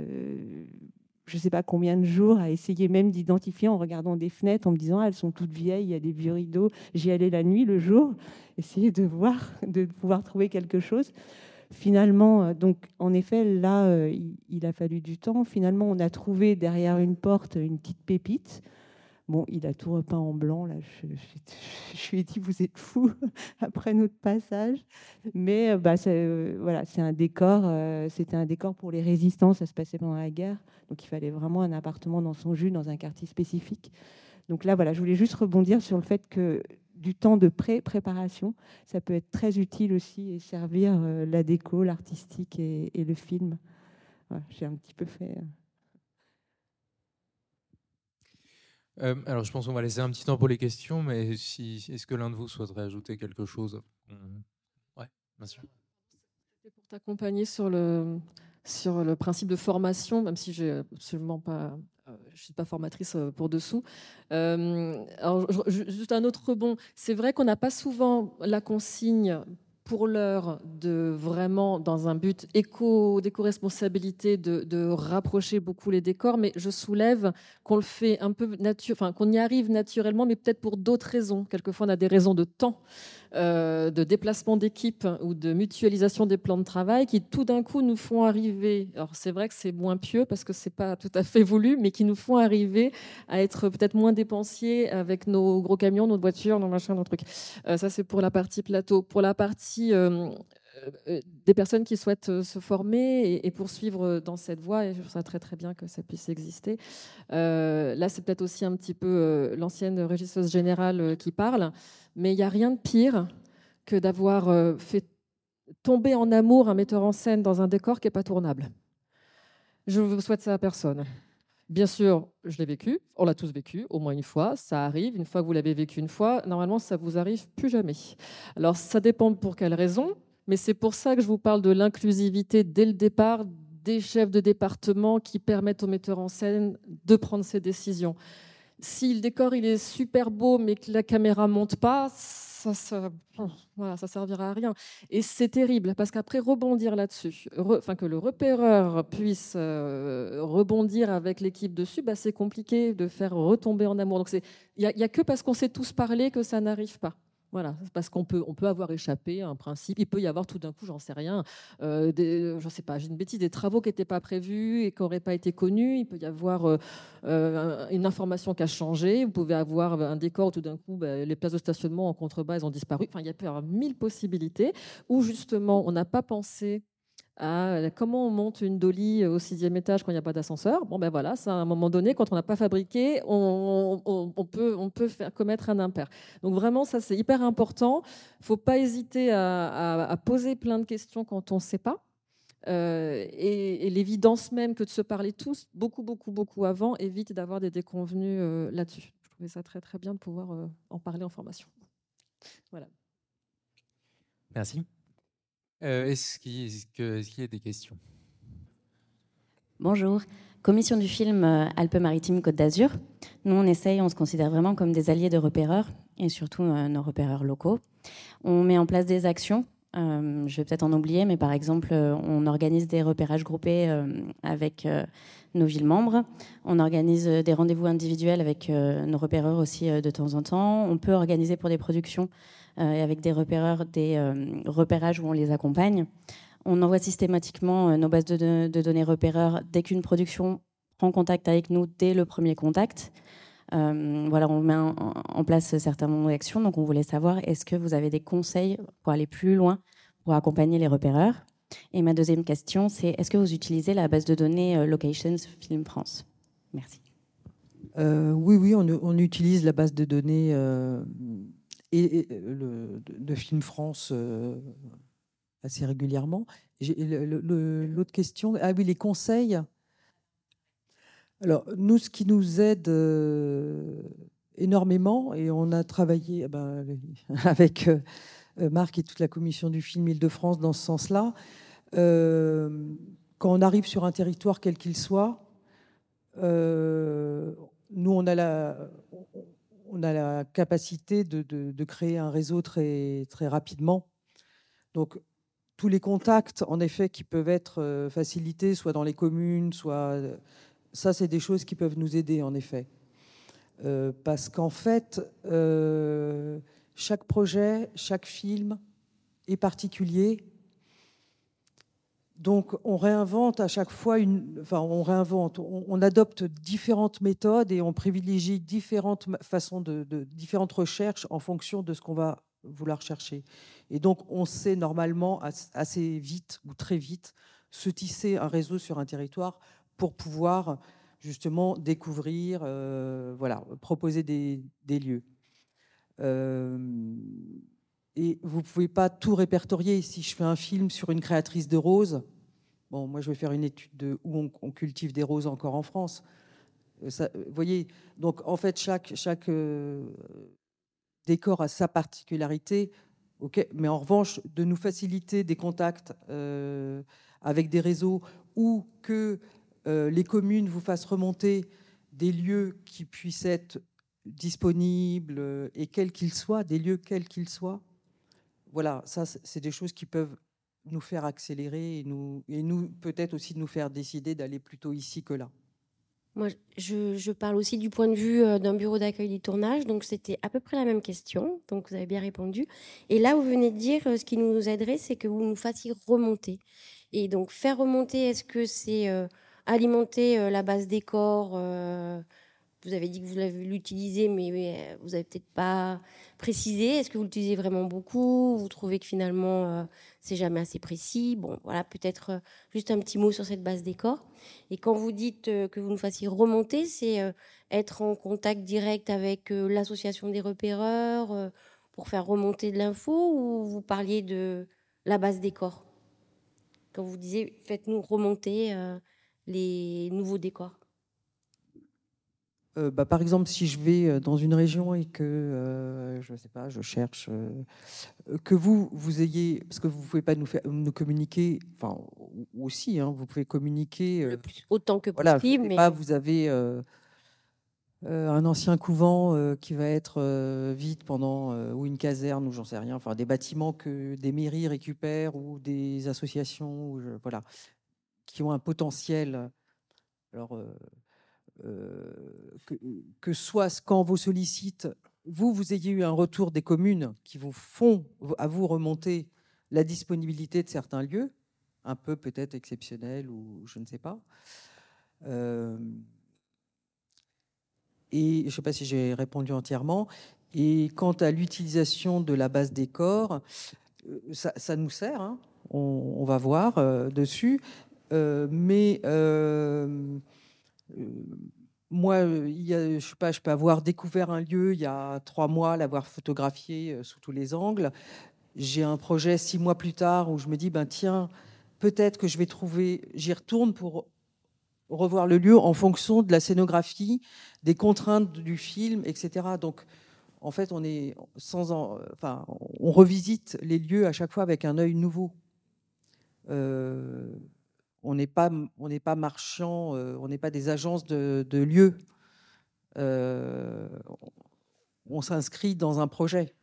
je ne sais pas combien de jours à essayer même d'identifier en regardant des fenêtres, en me disant elles sont toutes vieilles, il y a des vieux rideaux. J'y allais la nuit, le jour, essayer de pouvoir trouver quelque chose. Finalement, donc en effet, là, il a fallu du temps. Finalement, on a trouvé derrière une porte une petite pépite. Bon, il a tout repeint en blanc. Là, je lui ai dit, vous êtes fous après notre passage. Mais voilà, c'est un décor. C'était un décor pour les résistants. Ça se passait pendant la guerre. Donc, il fallait vraiment un appartement dans son jus, dans un quartier spécifique. Donc là, voilà, je voulais juste rebondir sur le fait que du temps de préparation, ça peut être très utile aussi et servir la déco, l'artistique et le film. Voilà, j'ai un petit peu fait... Alors, je pense qu'on va laisser un petit temps pour les questions, mais est-ce que l'un de vous souhaiterait ajouter quelque chose? Ouais, bien sûr. C'était pour t'accompagner sur le principe de formation, même si je ne suis pas formatrice pour dessous. Alors, juste un autre rebond. C'est vrai qu'on n'a pas souvent la consigne pour l'heure de vraiment, dans un but d'éco-responsabilité, de rapprocher beaucoup les décors, mais je soulève qu'on le fait un peu qu'on y arrive naturellement, mais peut-être pour d'autres raisons. Quelquefois, on a des raisons de temps, de déplacement d'équipe ou de mutualisation des plans de travail qui tout d'un coup nous font arriver, alors c'est vrai que c'est moins pieux parce que c'est pas tout à fait voulu, mais qui nous font arriver à être peut-être moins dépensiers avec nos gros camions, nos voitures, nos machins, nos trucs. Ça c'est pour la partie plateau. Pour la partie des personnes qui souhaitent se former et poursuivre dans cette voie, et je trouve ça très très bien que ça puisse exister. Là, c'est peut-être aussi un petit peu l'ancienne régisseuse générale qui parle, mais il n'y a rien de pire que d'avoir fait tomber en amour un metteur en scène dans un décor qui n'est pas tournable. Je ne souhaite ça à personne. Bien sûr, je l'ai vécu, on l'a tous vécu, au moins une fois, ça arrive. Une fois que vous l'avez vécu une fois, normalement, ça ne vous arrive plus jamais. Alors, ça dépend pour quelles raisons, mais c'est pour ça que je vous parle de l'inclusivité dès le départ, des chefs de département qui permettent aux metteurs en scène de prendre ces décisions. Si le décor il est super beau, mais que la caméra ne monte pas, ça servira à rien. Et c'est terrible, parce qu'après, rebondir là-dessus, que le repéreur puisse rebondir avec l'équipe dessus, c'est compliqué de faire retomber en amour. Donc, il n'y a que parce qu'on s'est tous parlé que ça n'arrive pas. Voilà, parce qu'on peut avoir échappé à un principe. Il peut y avoir tout d'un coup, j'en sais rien, je sais pas, j'ai une bêtise, des travaux qui n'étaient pas prévus et qui n'auraient pas été connus. Il peut y avoir une information qui a changé. Vous pouvez avoir un décor où tout d'un coup, les places de stationnement en contrebas, elles ont disparu. Enfin, il peut y avoir 1000 possibilités où justement, on n'a pas pensé à comment on monte une dolly au 6e étage quand il n'y a pas d'ascenseur. Bon, voilà, ça, à un moment donné, quand on n'a pas fabriqué, on peut faire commettre un impair. Donc vraiment, ça, c'est hyper important. Il ne faut pas hésiter à poser plein de questions quand on ne sait pas. Et l'évidence même que de se parler tous beaucoup avant évite d'avoir des déconvenus là-dessus. Je trouvais ça très, très bien de pouvoir en parler en formation. Voilà. Merci. Est-ce qu'il y a des questions? Bonjour. Commission du film Alpes-Maritimes Côte d'Azur. Nous, on se considère vraiment comme des alliés de repéreurs et surtout nos repéreurs locaux. On met en place des actions. Je vais peut-être en oublier, mais par exemple, on organise des repérages groupés avec nos villes membres. On organise des rendez-vous individuels avec nos repéreurs aussi de temps en temps. On peut organiser pour des productions avec des repéreurs, des repérages où on les accompagne. On envoie systématiquement nos bases de données repéreurs dès qu'une production prend contact avec nous, dès le premier contact. On met en place certains moments d'action. Donc, on voulait savoir, est-ce que vous avez des conseils pour aller plus loin, pour accompagner les repéreurs? Et ma deuxième question, c'est est-ce que vous utilisez la base de données Locations Film France? Merci. Oui, on utilise la base de données de Film France assez régulièrement. L'autre question, oui, les conseils. Alors, nous, ce qui nous aide énormément, et on a travaillé avec Marc et toute la commission du film Île-de-France dans ce sens-là, quand on arrive sur un territoire quel qu'il soit, nous, on a la capacité de créer un réseau très, très rapidement. Donc, tous les contacts, en effet, qui peuvent être facilités, soit dans les communes, soit... Ça, c'est des choses qui peuvent nous aider, en effet. Parce qu'en fait, chaque projet, chaque film est particulier. Donc, on réinvente à chaque fois on adopte différentes méthodes et on privilégie différentes façons différentes recherches en fonction de ce qu'on va vouloir chercher. Et donc, on sait normalement assez vite ou très vite se tisser un réseau sur un territoire pour pouvoir justement découvrir, proposer des lieux. Et vous ne pouvez pas tout répertorier. Si je fais un film sur une créatrice de roses, bon, moi je vais faire une étude de où on cultive des roses encore en France. Vous voyez, donc en fait chaque décor a sa particularité. Okay, mais en revanche, de nous faciliter des contacts avec des réseaux ou que les communes vous fassent remonter des lieux qui puissent être disponibles et quels qu'ils soient, des lieux quels qu'ils soient. Voilà, ça, c'est des choses qui peuvent nous faire accélérer et nous peut-être aussi de nous faire décider d'aller plutôt ici que là. Moi, je parle aussi du point de vue d'un bureau d'accueil du tournage, donc c'était à peu près la même question, donc vous avez bien répondu. Et là, vous venez de dire, ce qui nous aiderait, c'est que vous nous fassiez remonter. Et donc, faire remonter, est-ce que c'est alimenter la base décor vous avez dit que vous l'utilisez, mais vous n'avez peut-être pas précisé. Est-ce que vous l'utilisez vraiment beaucoup? Vous trouvez que finalement, c'est jamais assez précis? Bon, voilà, peut-être juste un petit mot sur cette base décor. Et quand vous dites que vous nous fassiez remonter, c'est être en contact direct avec l'association des repéreurs pour faire remonter de l'info, ou vous parliez de la base décor? Quand vous disiez, faites-nous remonter les nouveaux décors. Par exemple, si je vais dans une région et que, je ne sais pas, je cherche, que vous ayez, parce que vous ne pouvez pas nous communiquer, enfin, aussi, hein, vous pouvez communiquer. Le plus, autant que voilà, possible. Mais... pas, vous avez un ancien couvent qui va être vide pendant, ou une caserne, ou j'en sais rien, enfin, des bâtiments que des mairies récupèrent ou des associations, voilà, qui ont un potentiel. Alors, que soit quand vous sollicite, vous ayez eu un retour des communes qui vous font à vous remonter la disponibilité de certains lieux, un peu peut-être exceptionnels ou je ne sais pas. Et je ne sais pas si j'ai répondu entièrement. Et quant à l'utilisation de la base décor, ça nous sert, hein, on va voir dessus, mais moi, je sais pas, je peux avoir découvert un lieu il y a 3 mois, l'avoir photographié sous tous les angles. J'ai un projet 6 mois plus tard où je me dis, ben tiens, peut-être que je vais trouver, j'y retourne pour revoir le lieu en fonction de la scénographie, des contraintes du film, etc. Donc, en fait, on revisite les lieux à chaque fois avec un œil nouveau. On n'est pas marchand, on n'est pas des agences de lieux. On s'inscrit dans un projet.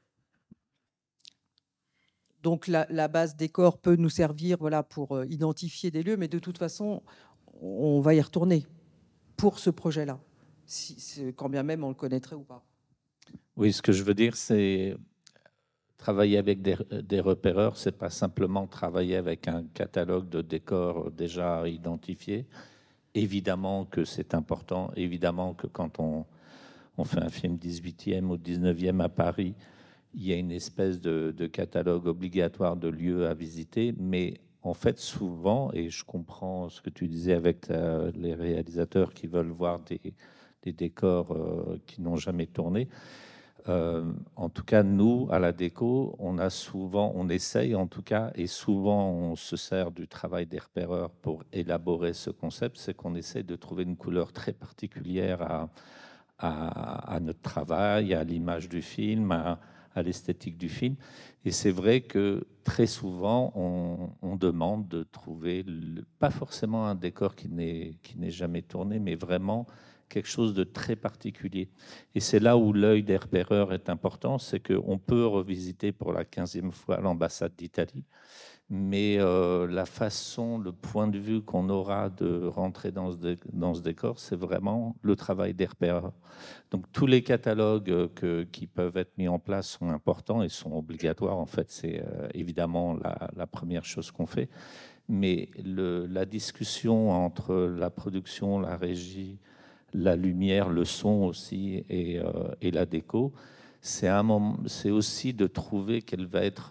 Donc la base décor peut nous servir, voilà, pour identifier des lieux, mais de toute façon, on va y retourner pour ce projet-là, quand bien même on le connaîtrait ou pas. Oui, ce que je veux dire, c'est travailler avec des repéreurs, c'est pas simplement travailler avec un catalogue de décors déjà identifiés. Évidemment que c'est important, évidemment que quand on fait un film 18e ou 19e à Paris, il y a une espèce de catalogue obligatoire de lieux à visiter, mais en fait souvent, et je comprends ce que tu disais avec les réalisateurs qui veulent voir des décors qui n'ont jamais tourné, en tout cas, nous, à la déco, on essaye en tout cas, et souvent on se sert du travail des repéreurs pour élaborer ce concept, c'est qu'on essaye de trouver une couleur très particulière à notre travail, à l'image du film, à l'esthétique du film. Et c'est vrai que très souvent, on demande de trouver, pas forcément un décor qui n'est jamais tourné, mais vraiment quelque chose de très particulier. Et c'est là où l'œil des repéreurs est important, c'est qu'on peut revisiter pour la 15e fois l'ambassade d'Italie, mais la façon, le point de vue qu'on aura de rentrer dans ce décor, c'est vraiment le travail des repéreurs. Donc tous les catalogues qui peuvent être mis en place sont importants et sont obligatoires. En fait, c'est évidemment la première chose qu'on fait. Mais la discussion entre la production, la régie, la lumière, le son aussi et la déco, c'est aussi de trouver quelle va être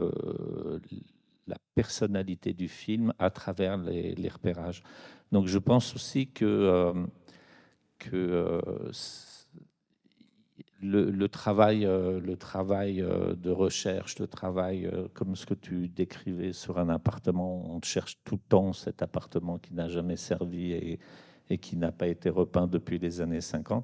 la personnalité du film à travers les repérages. Donc je pense aussi que le travail de recherche, le travail comme ce que tu décrivais sur un appartement, on cherche tout le temps cet appartement qui n'a jamais servi et qui n'a pas été repeint depuis les années 50.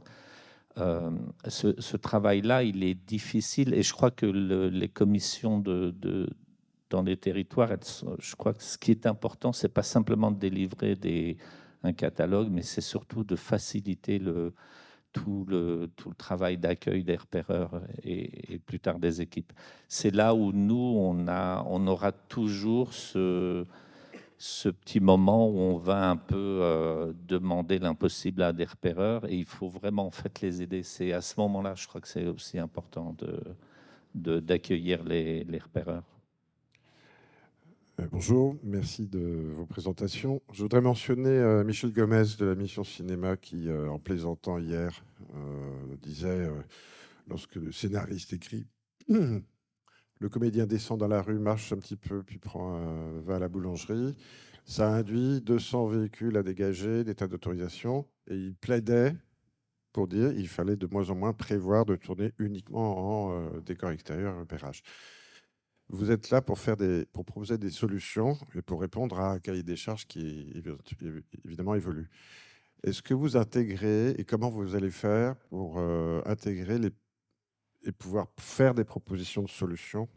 Ce travail-là, il est difficile et je crois que les commissions dans les territoires, je crois que ce qui est important, c'est pas simplement de délivrer un catalogue, mais c'est surtout de faciliter tout le travail d'accueil des repéreurs et plus tard des équipes. C'est là où nous, on aura toujours ce petit moment où on va un peu demander l'impossible à des repéreurs et il faut vraiment en fait les aider. C'est à ce moment-là, je crois que c'est aussi important d'accueillir les repéreurs. Bonjour, merci de vos présentations. Je voudrais mentionner Michel Gomez de la Mission Cinéma qui, en plaisantant hier, disait, lorsque le scénariste écrit « Le comédien descend dans la rue, marche un petit peu, puis va à la boulangerie », ça induit 200 véhicules à dégager, des tas d'autorisations, et il plaidait pour dire qu'il fallait de moins en moins prévoir de tourner uniquement en décor extérieur et repérage. Vous êtes là pour proposer des solutions et pour répondre à un cahier des charges qui évidemment évolue. Est-ce que vous intégrez et comment vous allez faire pour intégrer et pouvoir faire des propositions de solutions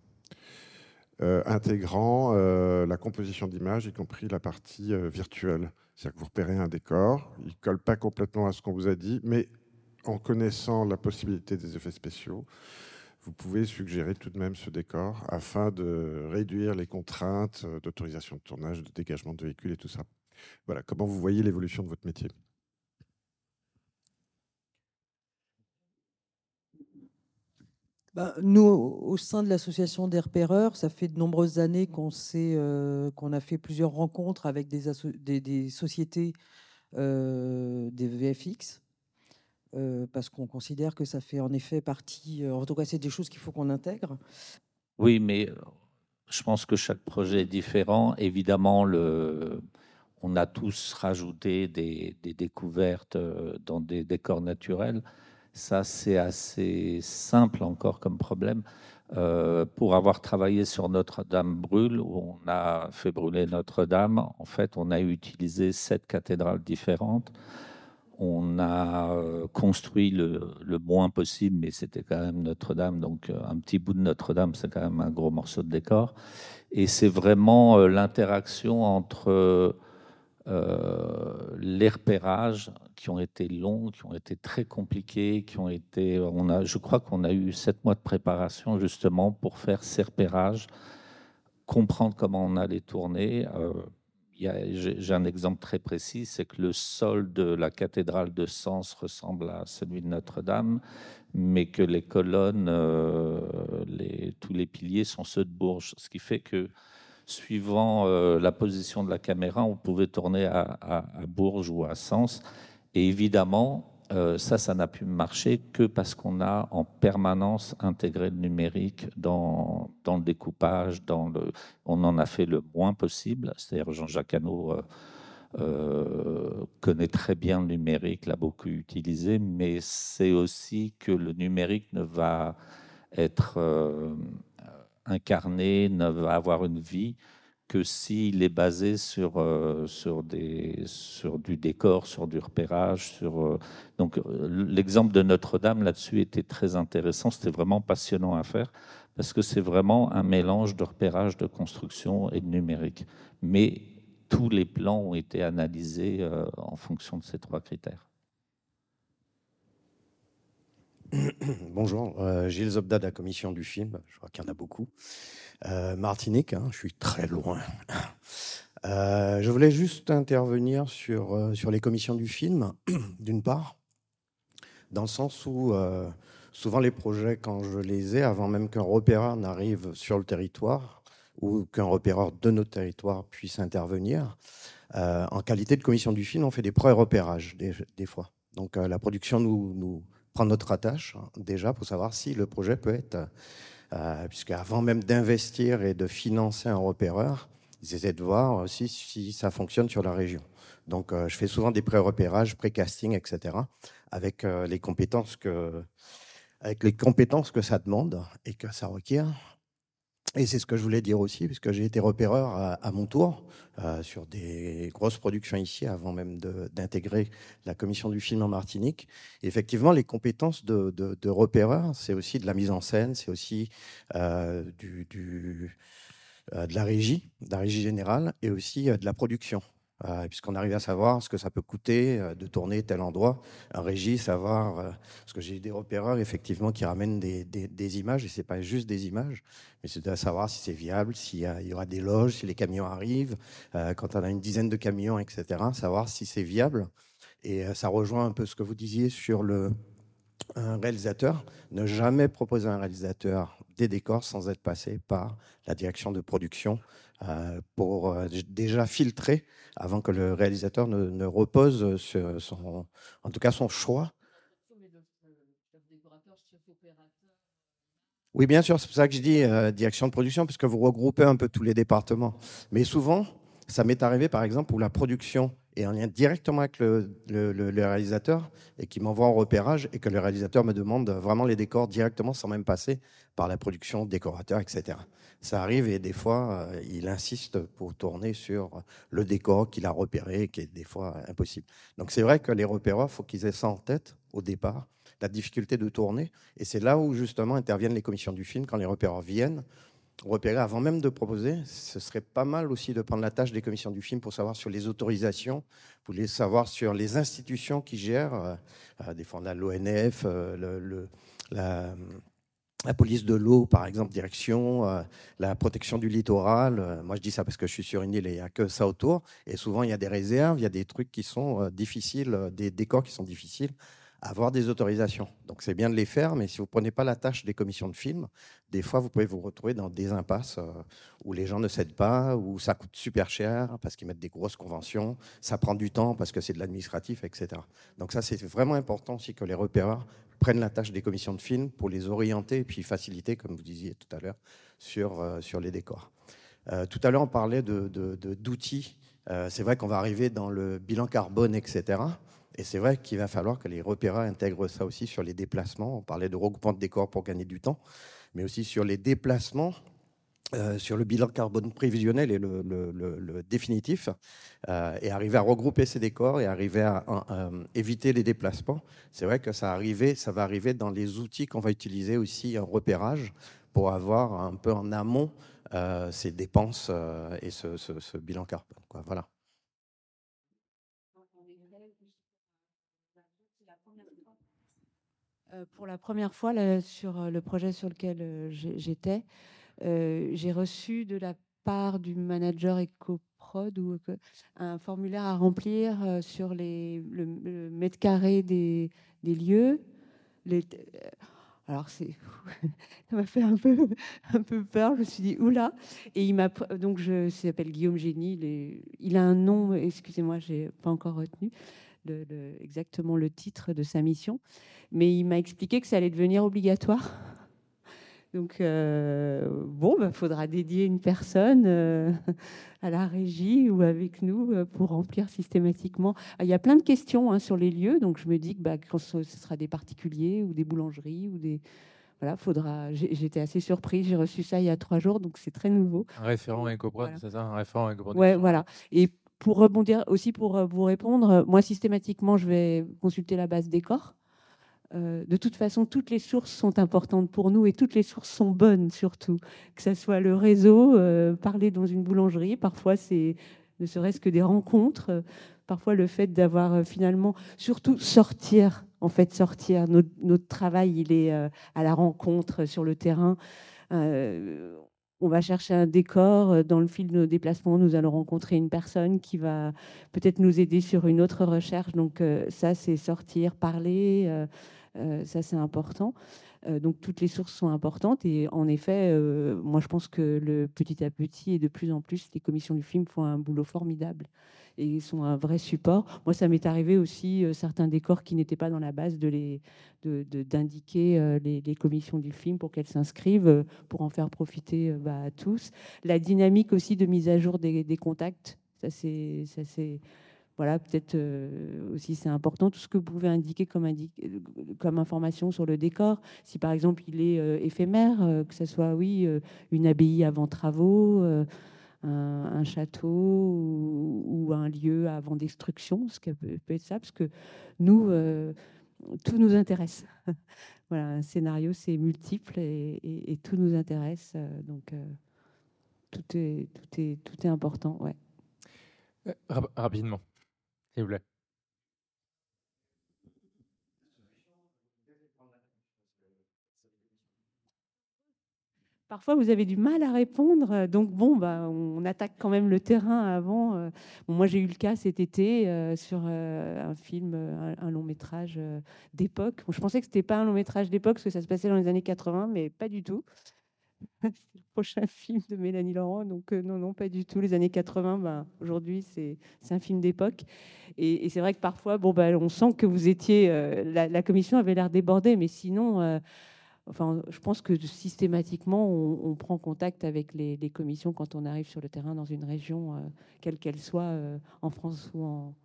intégrant la composition d'images, y compris la partie virtuelle? C'est-à-dire que vous repérez un décor, il ne colle pas complètement à ce qu'on vous a dit, mais en connaissant la possibilité des effets spéciaux, vous pouvez suggérer tout de même ce décor afin de réduire les contraintes d'autorisation de tournage, de dégagement de véhicules et tout ça. Voilà, comment vous voyez l'évolution de votre métier? Nous, au sein de l'association des repéreurs, ça fait de nombreuses années qu'on a fait plusieurs rencontres avec des sociétés des VFX. Parce qu'on considère que ça fait en effet partie, en tout cas c'est des choses qu'il faut qu'on intègre. Oui, mais je pense que chaque projet est différent. Évidemment, on a tous rajouté des découvertes dans des décors naturels. Ça, c'est assez simple encore comme problème. Pour avoir travaillé sur Notre-Dame brûle, où on a fait brûler Notre-Dame, en fait, on a utilisé 7 cathédrales différentes. On a construit le moins possible, mais c'était quand même Notre-Dame. Donc, un petit bout de Notre-Dame, c'est quand même un gros morceau de décor. Et c'est vraiment l'interaction entre les repérages qui ont été longs, qui ont été très compliqués, je crois qu'on a eu 7 mois de préparation justement pour faire ces repérages, comprendre comment on allait tourner. J'ai un exemple très précis, c'est que le sol de la cathédrale de Sens ressemble à celui de Notre-Dame, mais que les colonnes, tous les piliers sont ceux de Bourges, ce qui fait que suivant la position de la caméra, on pouvait tourner à Bourges ou à Sens. Et évidemment, ça n'a pu marcher que parce qu'on a en permanence intégré le numérique dans le découpage, on en a fait le moins possible. C'est-à-dire Jean-Jacques Hano connaît très bien le numérique, l'a beaucoup utilisé, mais c'est aussi que le numérique ne va être incarné, ne va avoir une vie que s'il est basé sur du décor, sur du repérage. Donc, l'exemple de Notre-Dame là-dessus était très intéressant. C'était vraiment passionnant à faire parce que c'est vraiment un mélange de repérage, de construction et de numérique. Mais tous les plans ont été analysés en fonction de ces 3 critères. Bonjour, Gilles Zobda de la commission du film. Je crois qu'il y en a beaucoup. Martinique, je suis très loin. Je voulais juste intervenir sur les commissions du film, d'une part, dans le sens où souvent les projets, quand je les ai, avant même qu'un repéreur n'arrive sur le territoire ou qu'un repéreur de notre territoire puisse intervenir, en qualité de commission du film, on fait des pré-repérages des fois. Donc la production nous prend notre attache déjà pour savoir si le projet peut être... puisqu'avant même d'investir et de financer un repéreur, ils essaient de voir aussi si ça fonctionne sur la région. Donc, je fais souvent des pré-repérages, pré-casting, etc., avec les compétences que avec les compétences que ça demande et que ça requiert. Et c'est ce que je voulais dire aussi, puisque j'ai été repéreur à mon tour sur des grosses productions ici, avant même d'intégrer la commission du film en Martinique. Et effectivement, les compétences de repéreur, c'est aussi de la mise en scène, c'est aussi de la régie générale, et aussi de la production. Puisqu'on arrive à savoir ce que ça peut coûter de tourner tel endroit, un régie, savoir, parce que j'ai des repéreurs effectivement qui ramènent des images, et c'est pas juste des images, mais c'est de savoir si c'est viable, s'il y aura des loges, si les camions arrivent, quand on a une dizaine de camions, etc., savoir si c'est viable. Et ça rejoint un peu ce que vous disiez sur un réalisateur, ne jamais proposer à un réalisateur des décors sans être passé par la direction de production pour déjà filtrer avant que le réalisateur ne repose sur en tout cas son choix. Oui, bien sûr, c'est pour ça que je dis direction de production, parce que vous regroupez un peu tous les départements. Mais souvent, ça m'est arrivé, par exemple, où la production est en lien directement avec le réalisateur et qui m'envoie en repérage et que le réalisateur me demande vraiment les décors directement sans même passer par la production, décorateur, etc. Ça arrive et des fois, il insiste pour tourner sur le décor qu'il a repéré, qui est des fois impossible. Donc c'est vrai que les repéreurs, il faut qu'ils aient ça en tête au départ, la difficulté de tourner. Et c'est là où justement interviennent les commissions du film, quand les repéreurs viennent repérer avant même de proposer. Ce serait pas mal aussi de prendre la tâche des commissions du film pour savoir sur les autorisations, pour les savoir sur les institutions qui gèrent, des fois on a l'ONF, la police de l'eau, par exemple, direction, la protection du littoral. Moi, je dis ça parce que je suis sur une île et il n'y a que ça autour. Et souvent, il y a des réserves, il y a des trucs qui sont difficiles, des décors qui sont difficiles à avoir des autorisations. Donc, c'est bien de les faire, mais si vous ne prenez pas la tâche des commissions de film, des fois, vous pouvez vous retrouver dans des impasses où les gens ne cèdent pas, où ça coûte super cher parce qu'ils mettent des grosses conventions, ça prend du temps parce que c'est de l'administratif, etc. Donc ça, c'est vraiment important aussi que les repéreurs prennent la tâche des commissions de film pour les orienter et puis faciliter, comme vous disiez tout à l'heure, sur les décors. Tout à l'heure, on parlait d'outils. C'est vrai qu'on va arriver dans le bilan carbone, etc. Et c'est vrai qu'il va falloir que les repéreurs intègrent ça aussi sur les déplacements. On parlait de regroupement de décors pour gagner du temps, mais aussi sur les déplacements, sur le bilan carbone prévisionnel et le définitif, et arriver à regrouper ces décors et arriver à éviter les déplacements. C'est vrai que ça va arriver dans les outils qu'on va utiliser aussi en repérage pour avoir un peu en amont ces dépenses et ce bilan carbone, quoi. Voilà. Pour la première fois, là, sur le projet sur lequel j'étais, j'ai reçu de la part du manager EcoProd un formulaire à remplir sur le mètre carré des lieux. Alors, ça m'a fait un peu peur. Je me suis dit, oula. Et il s'appelle Guillaume Génie. Il a un nom, excusez-moi, je n'ai pas encore retenu exactement le titre de sa mission. Mais il m'a expliqué que ça allait devenir obligatoire. Donc, faudra dédier une personne à la régie ou avec nous pour remplir systématiquement. Il y a plein de questions sur les lieux. Donc, je me dis que quand ce sera des particuliers ou des boulangeries ou des... Voilà, faudra... J'étais assez surprise. J'ai reçu ça il y a 3 jours, donc c'est très nouveau. Un référent EcoProd, voilà. C'est ça, un référent EcoProd. Ouais, voilà. Et pour rebondir aussi, pour vous répondre, moi, systématiquement, je vais consulter la base décor. De toute façon, toutes les sources sont importantes pour nous et toutes les sources sont bonnes surtout. Que ce soit le réseau, parler dans une boulangerie, parfois c'est ne serait-ce que des rencontres, parfois le fait d'avoir finalement, surtout sortir. Notre travail, il est à la rencontre sur le terrain. On va chercher un décor. Dans le fil de nos déplacements, nous allons rencontrer une personne qui va peut-être nous aider sur une autre recherche. Donc ça, c'est sortir, parler. Ça, c'est important. Donc, toutes les sources sont importantes. Et en effet, moi, je pense que petit à petit et de plus en plus, les commissions du film font un boulot formidable et ils sont un vrai support. Moi, ça m'est arrivé aussi, certains décors qui n'étaient pas dans la base, d'indiquer les commissions du film pour qu'elles s'inscrivent, pour en faire profiter à tous. La dynamique aussi de mise à jour des contacts, ça c'est voilà, peut-être aussi c'est important tout ce que vous pouvez indiquer comme information sur le décor. Si par exemple il est éphémère, que ce soit une abbaye avant travaux, un château ou un lieu avant destruction, ce qui peut être ça, parce que nous, tout nous intéresse. Voilà, un scénario c'est multiple et tout nous intéresse, donc tout est important, ouais. Rapidement, s'il vous plaît. Parfois, vous avez du mal à répondre. Donc, bon, on attaque quand même le terrain avant. Bon, moi, j'ai eu le cas cet été sur un film, un long métrage d'époque. Bon, je pensais que ce n'était pas un long métrage d'époque parce que ça se passait dans les années 80, mais pas du tout. C'est le prochain film de Mélanie Laurent. Donc, non, pas du tout. Les années 80, aujourd'hui, c'est un film d'époque. Et c'est vrai que parfois, on sent que vous étiez... la commission avait l'air débordée, mais sinon... je pense que systématiquement, on prend contact avec les commissions quand on arrive sur le terrain dans une région, quelle qu'elle soit, en France ou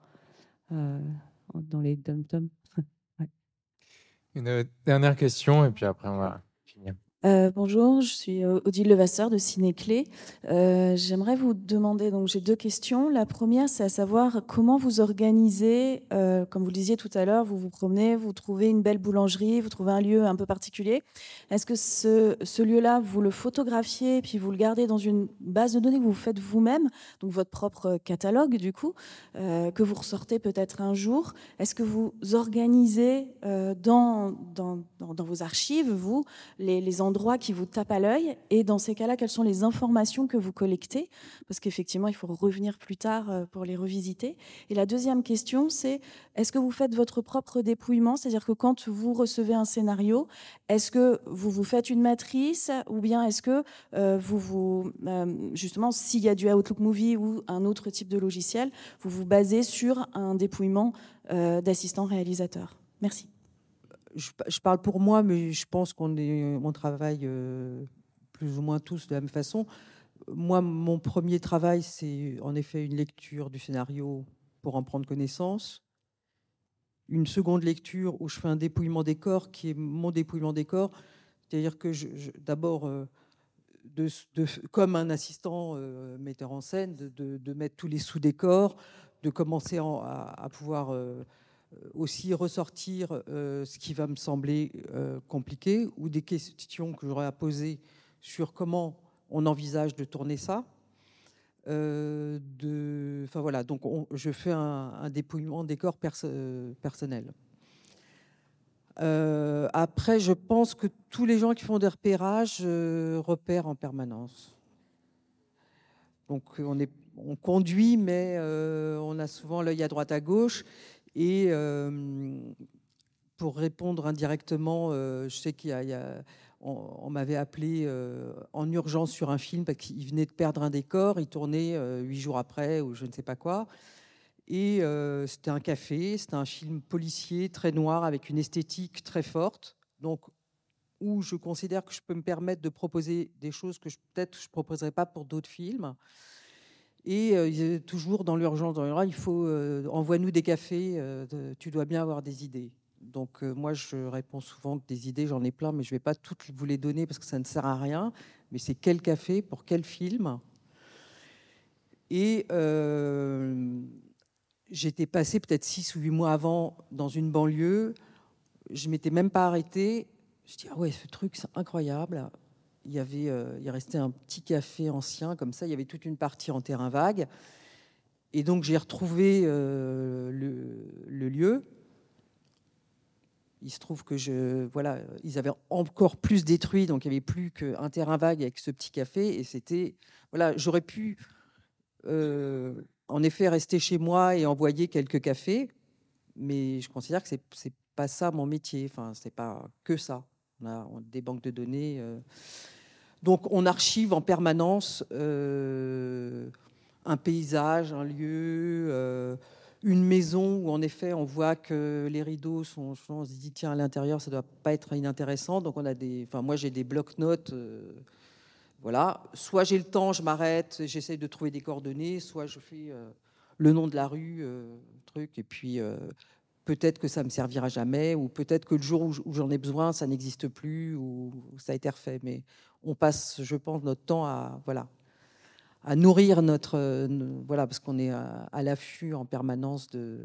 dans les dom-toms. Ouais. Une dernière question, et puis après, on va finir. Bonjour, je suis Odile Levasseur de Ciné-Clé. J'aimerais vous demander, donc j'ai deux questions. La première, c'est à savoir comment vous organisez, comme vous le disiez tout à l'heure, vous vous promenez, vous trouvez une belle boulangerie, vous trouvez un lieu un peu particulier. Est-ce que ce lieu-là, vous le photographiez, puis vous le gardez dans une base de données que vous faites vous-même, donc votre propre catalogue du coup, que vous ressortez peut-être un jour? Est-ce que vous organisez dans vos archives, vous, les endroits qui vous tapent à l'œil, et dans ces cas-là, quelles sont les informations que vous collectez? Parce qu'effectivement, il faut revenir plus tard pour les revisiter. Et la deuxième question, c'est est-ce que vous faites votre propre dépouillement? C'est-à-dire que quand vous recevez un scénario, est-ce que vous vous faites une matrice, ou bien est-ce que justement, s'il y a du Outlook Movie ou un autre type de logiciel, vous vous basez sur un dépouillement d'assistant réalisateur? Merci. Je parle pour moi, mais je pense qu'on travaille plus ou moins tous de la même façon. Moi, mon premier travail, c'est en effet une lecture du scénario pour en prendre connaissance. Une seconde lecture où je fais un dépouillement des corps, qui est mon dépouillement des corps. C'est-à-dire que d'abord, comme un assistant metteur en scène, de mettre tous les sous-décors, de commencer à pouvoir... aussi ressortir ce qui va me sembler compliqué ou des questions que j'aurais à poser sur comment on envisage de tourner ça. Voilà, donc je fais un dépouillement des corps personnel. Après, je pense que tous les gens qui font des repérages repèrent en permanence. Donc on conduit, mais on a souvent l'œil à droite à gauche. Et pour répondre indirectement, je sais on m'avait appelé en urgence sur un film parce qu'il venait de perdre un décor, il tournait 8 jours après ou je ne sais pas quoi. Et c'était un café, c'était un film policier très noir avec une esthétique très forte, donc où je considère que je peux me permettre de proposer des choses que peut-être je ne proposerais pas pour d'autres films. Et toujours dans l'urgence, il faut envoie-nous des cafés, tu dois bien avoir des idées. Donc moi, je réponds souvent que des idées, j'en ai plein, mais je ne vais pas toutes vous les donner parce que ça ne sert à rien. Mais c'est quel café pour quel film? Et j'étais passée peut-être 6 ou 8 mois avant dans une banlieue. Je ne m'étais même pas arrêtée. Je dis, ah ouais, ce truc, c'est incroyable. Il restait un petit café ancien, comme ça, il y avait toute une partie en terrain vague. Et donc, j'ai retrouvé le lieu. Il se trouve que ils avaient encore plus détruit, donc il n'y avait plus qu'un terrain vague avec ce petit café. Et c'était, j'aurais pu, en effet, rester chez moi et envoyer quelques cafés, mais je considère que c'est pas ça mon métier. Enfin, c'est pas que ça. On a des banques de données. Donc, on archive en permanence un paysage, un lieu, une maison où, en effet, on voit que les rideaux sont... On se dit, tiens, à l'intérieur, ça ne doit pas être inintéressant. Donc, moi, j'ai des blocs-notes. Voilà. Soit j'ai le temps, je m'arrête, j'essaie de trouver des coordonnées, soit je fais le nom de la rue, truc, et puis peut-être que ça me servira jamais, ou peut-être que le jour où j'en ai besoin, ça n'existe plus, ou ça a été refait. Mais on passe, je pense, notre temps à nourrir voilà, parce qu'on est à l'affût en permanence de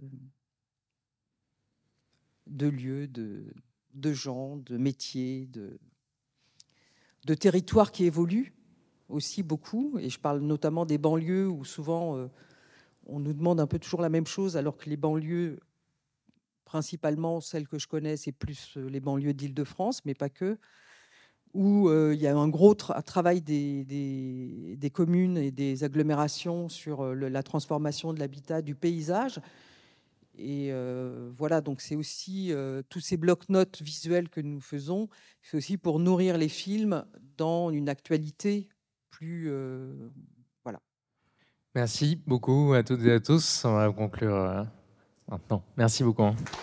lieux, de gens, de métiers, de territoires qui évoluent aussi beaucoup. Et je parle notamment des banlieues où souvent on nous demande un peu toujours la même chose, alors que les banlieues, principalement celles que je connais, c'est plus les banlieues d'Île-de-France, mais pas que, où il y a un gros travail des communes et des agglomérations sur la transformation de l'habitat, du paysage. Et voilà, donc c'est aussi tous ces blocs-notes visuels que nous faisons, c'est aussi pour nourrir les films dans une actualité plus... voilà. Merci beaucoup à toutes et à tous. On va conclure maintenant. Merci beaucoup.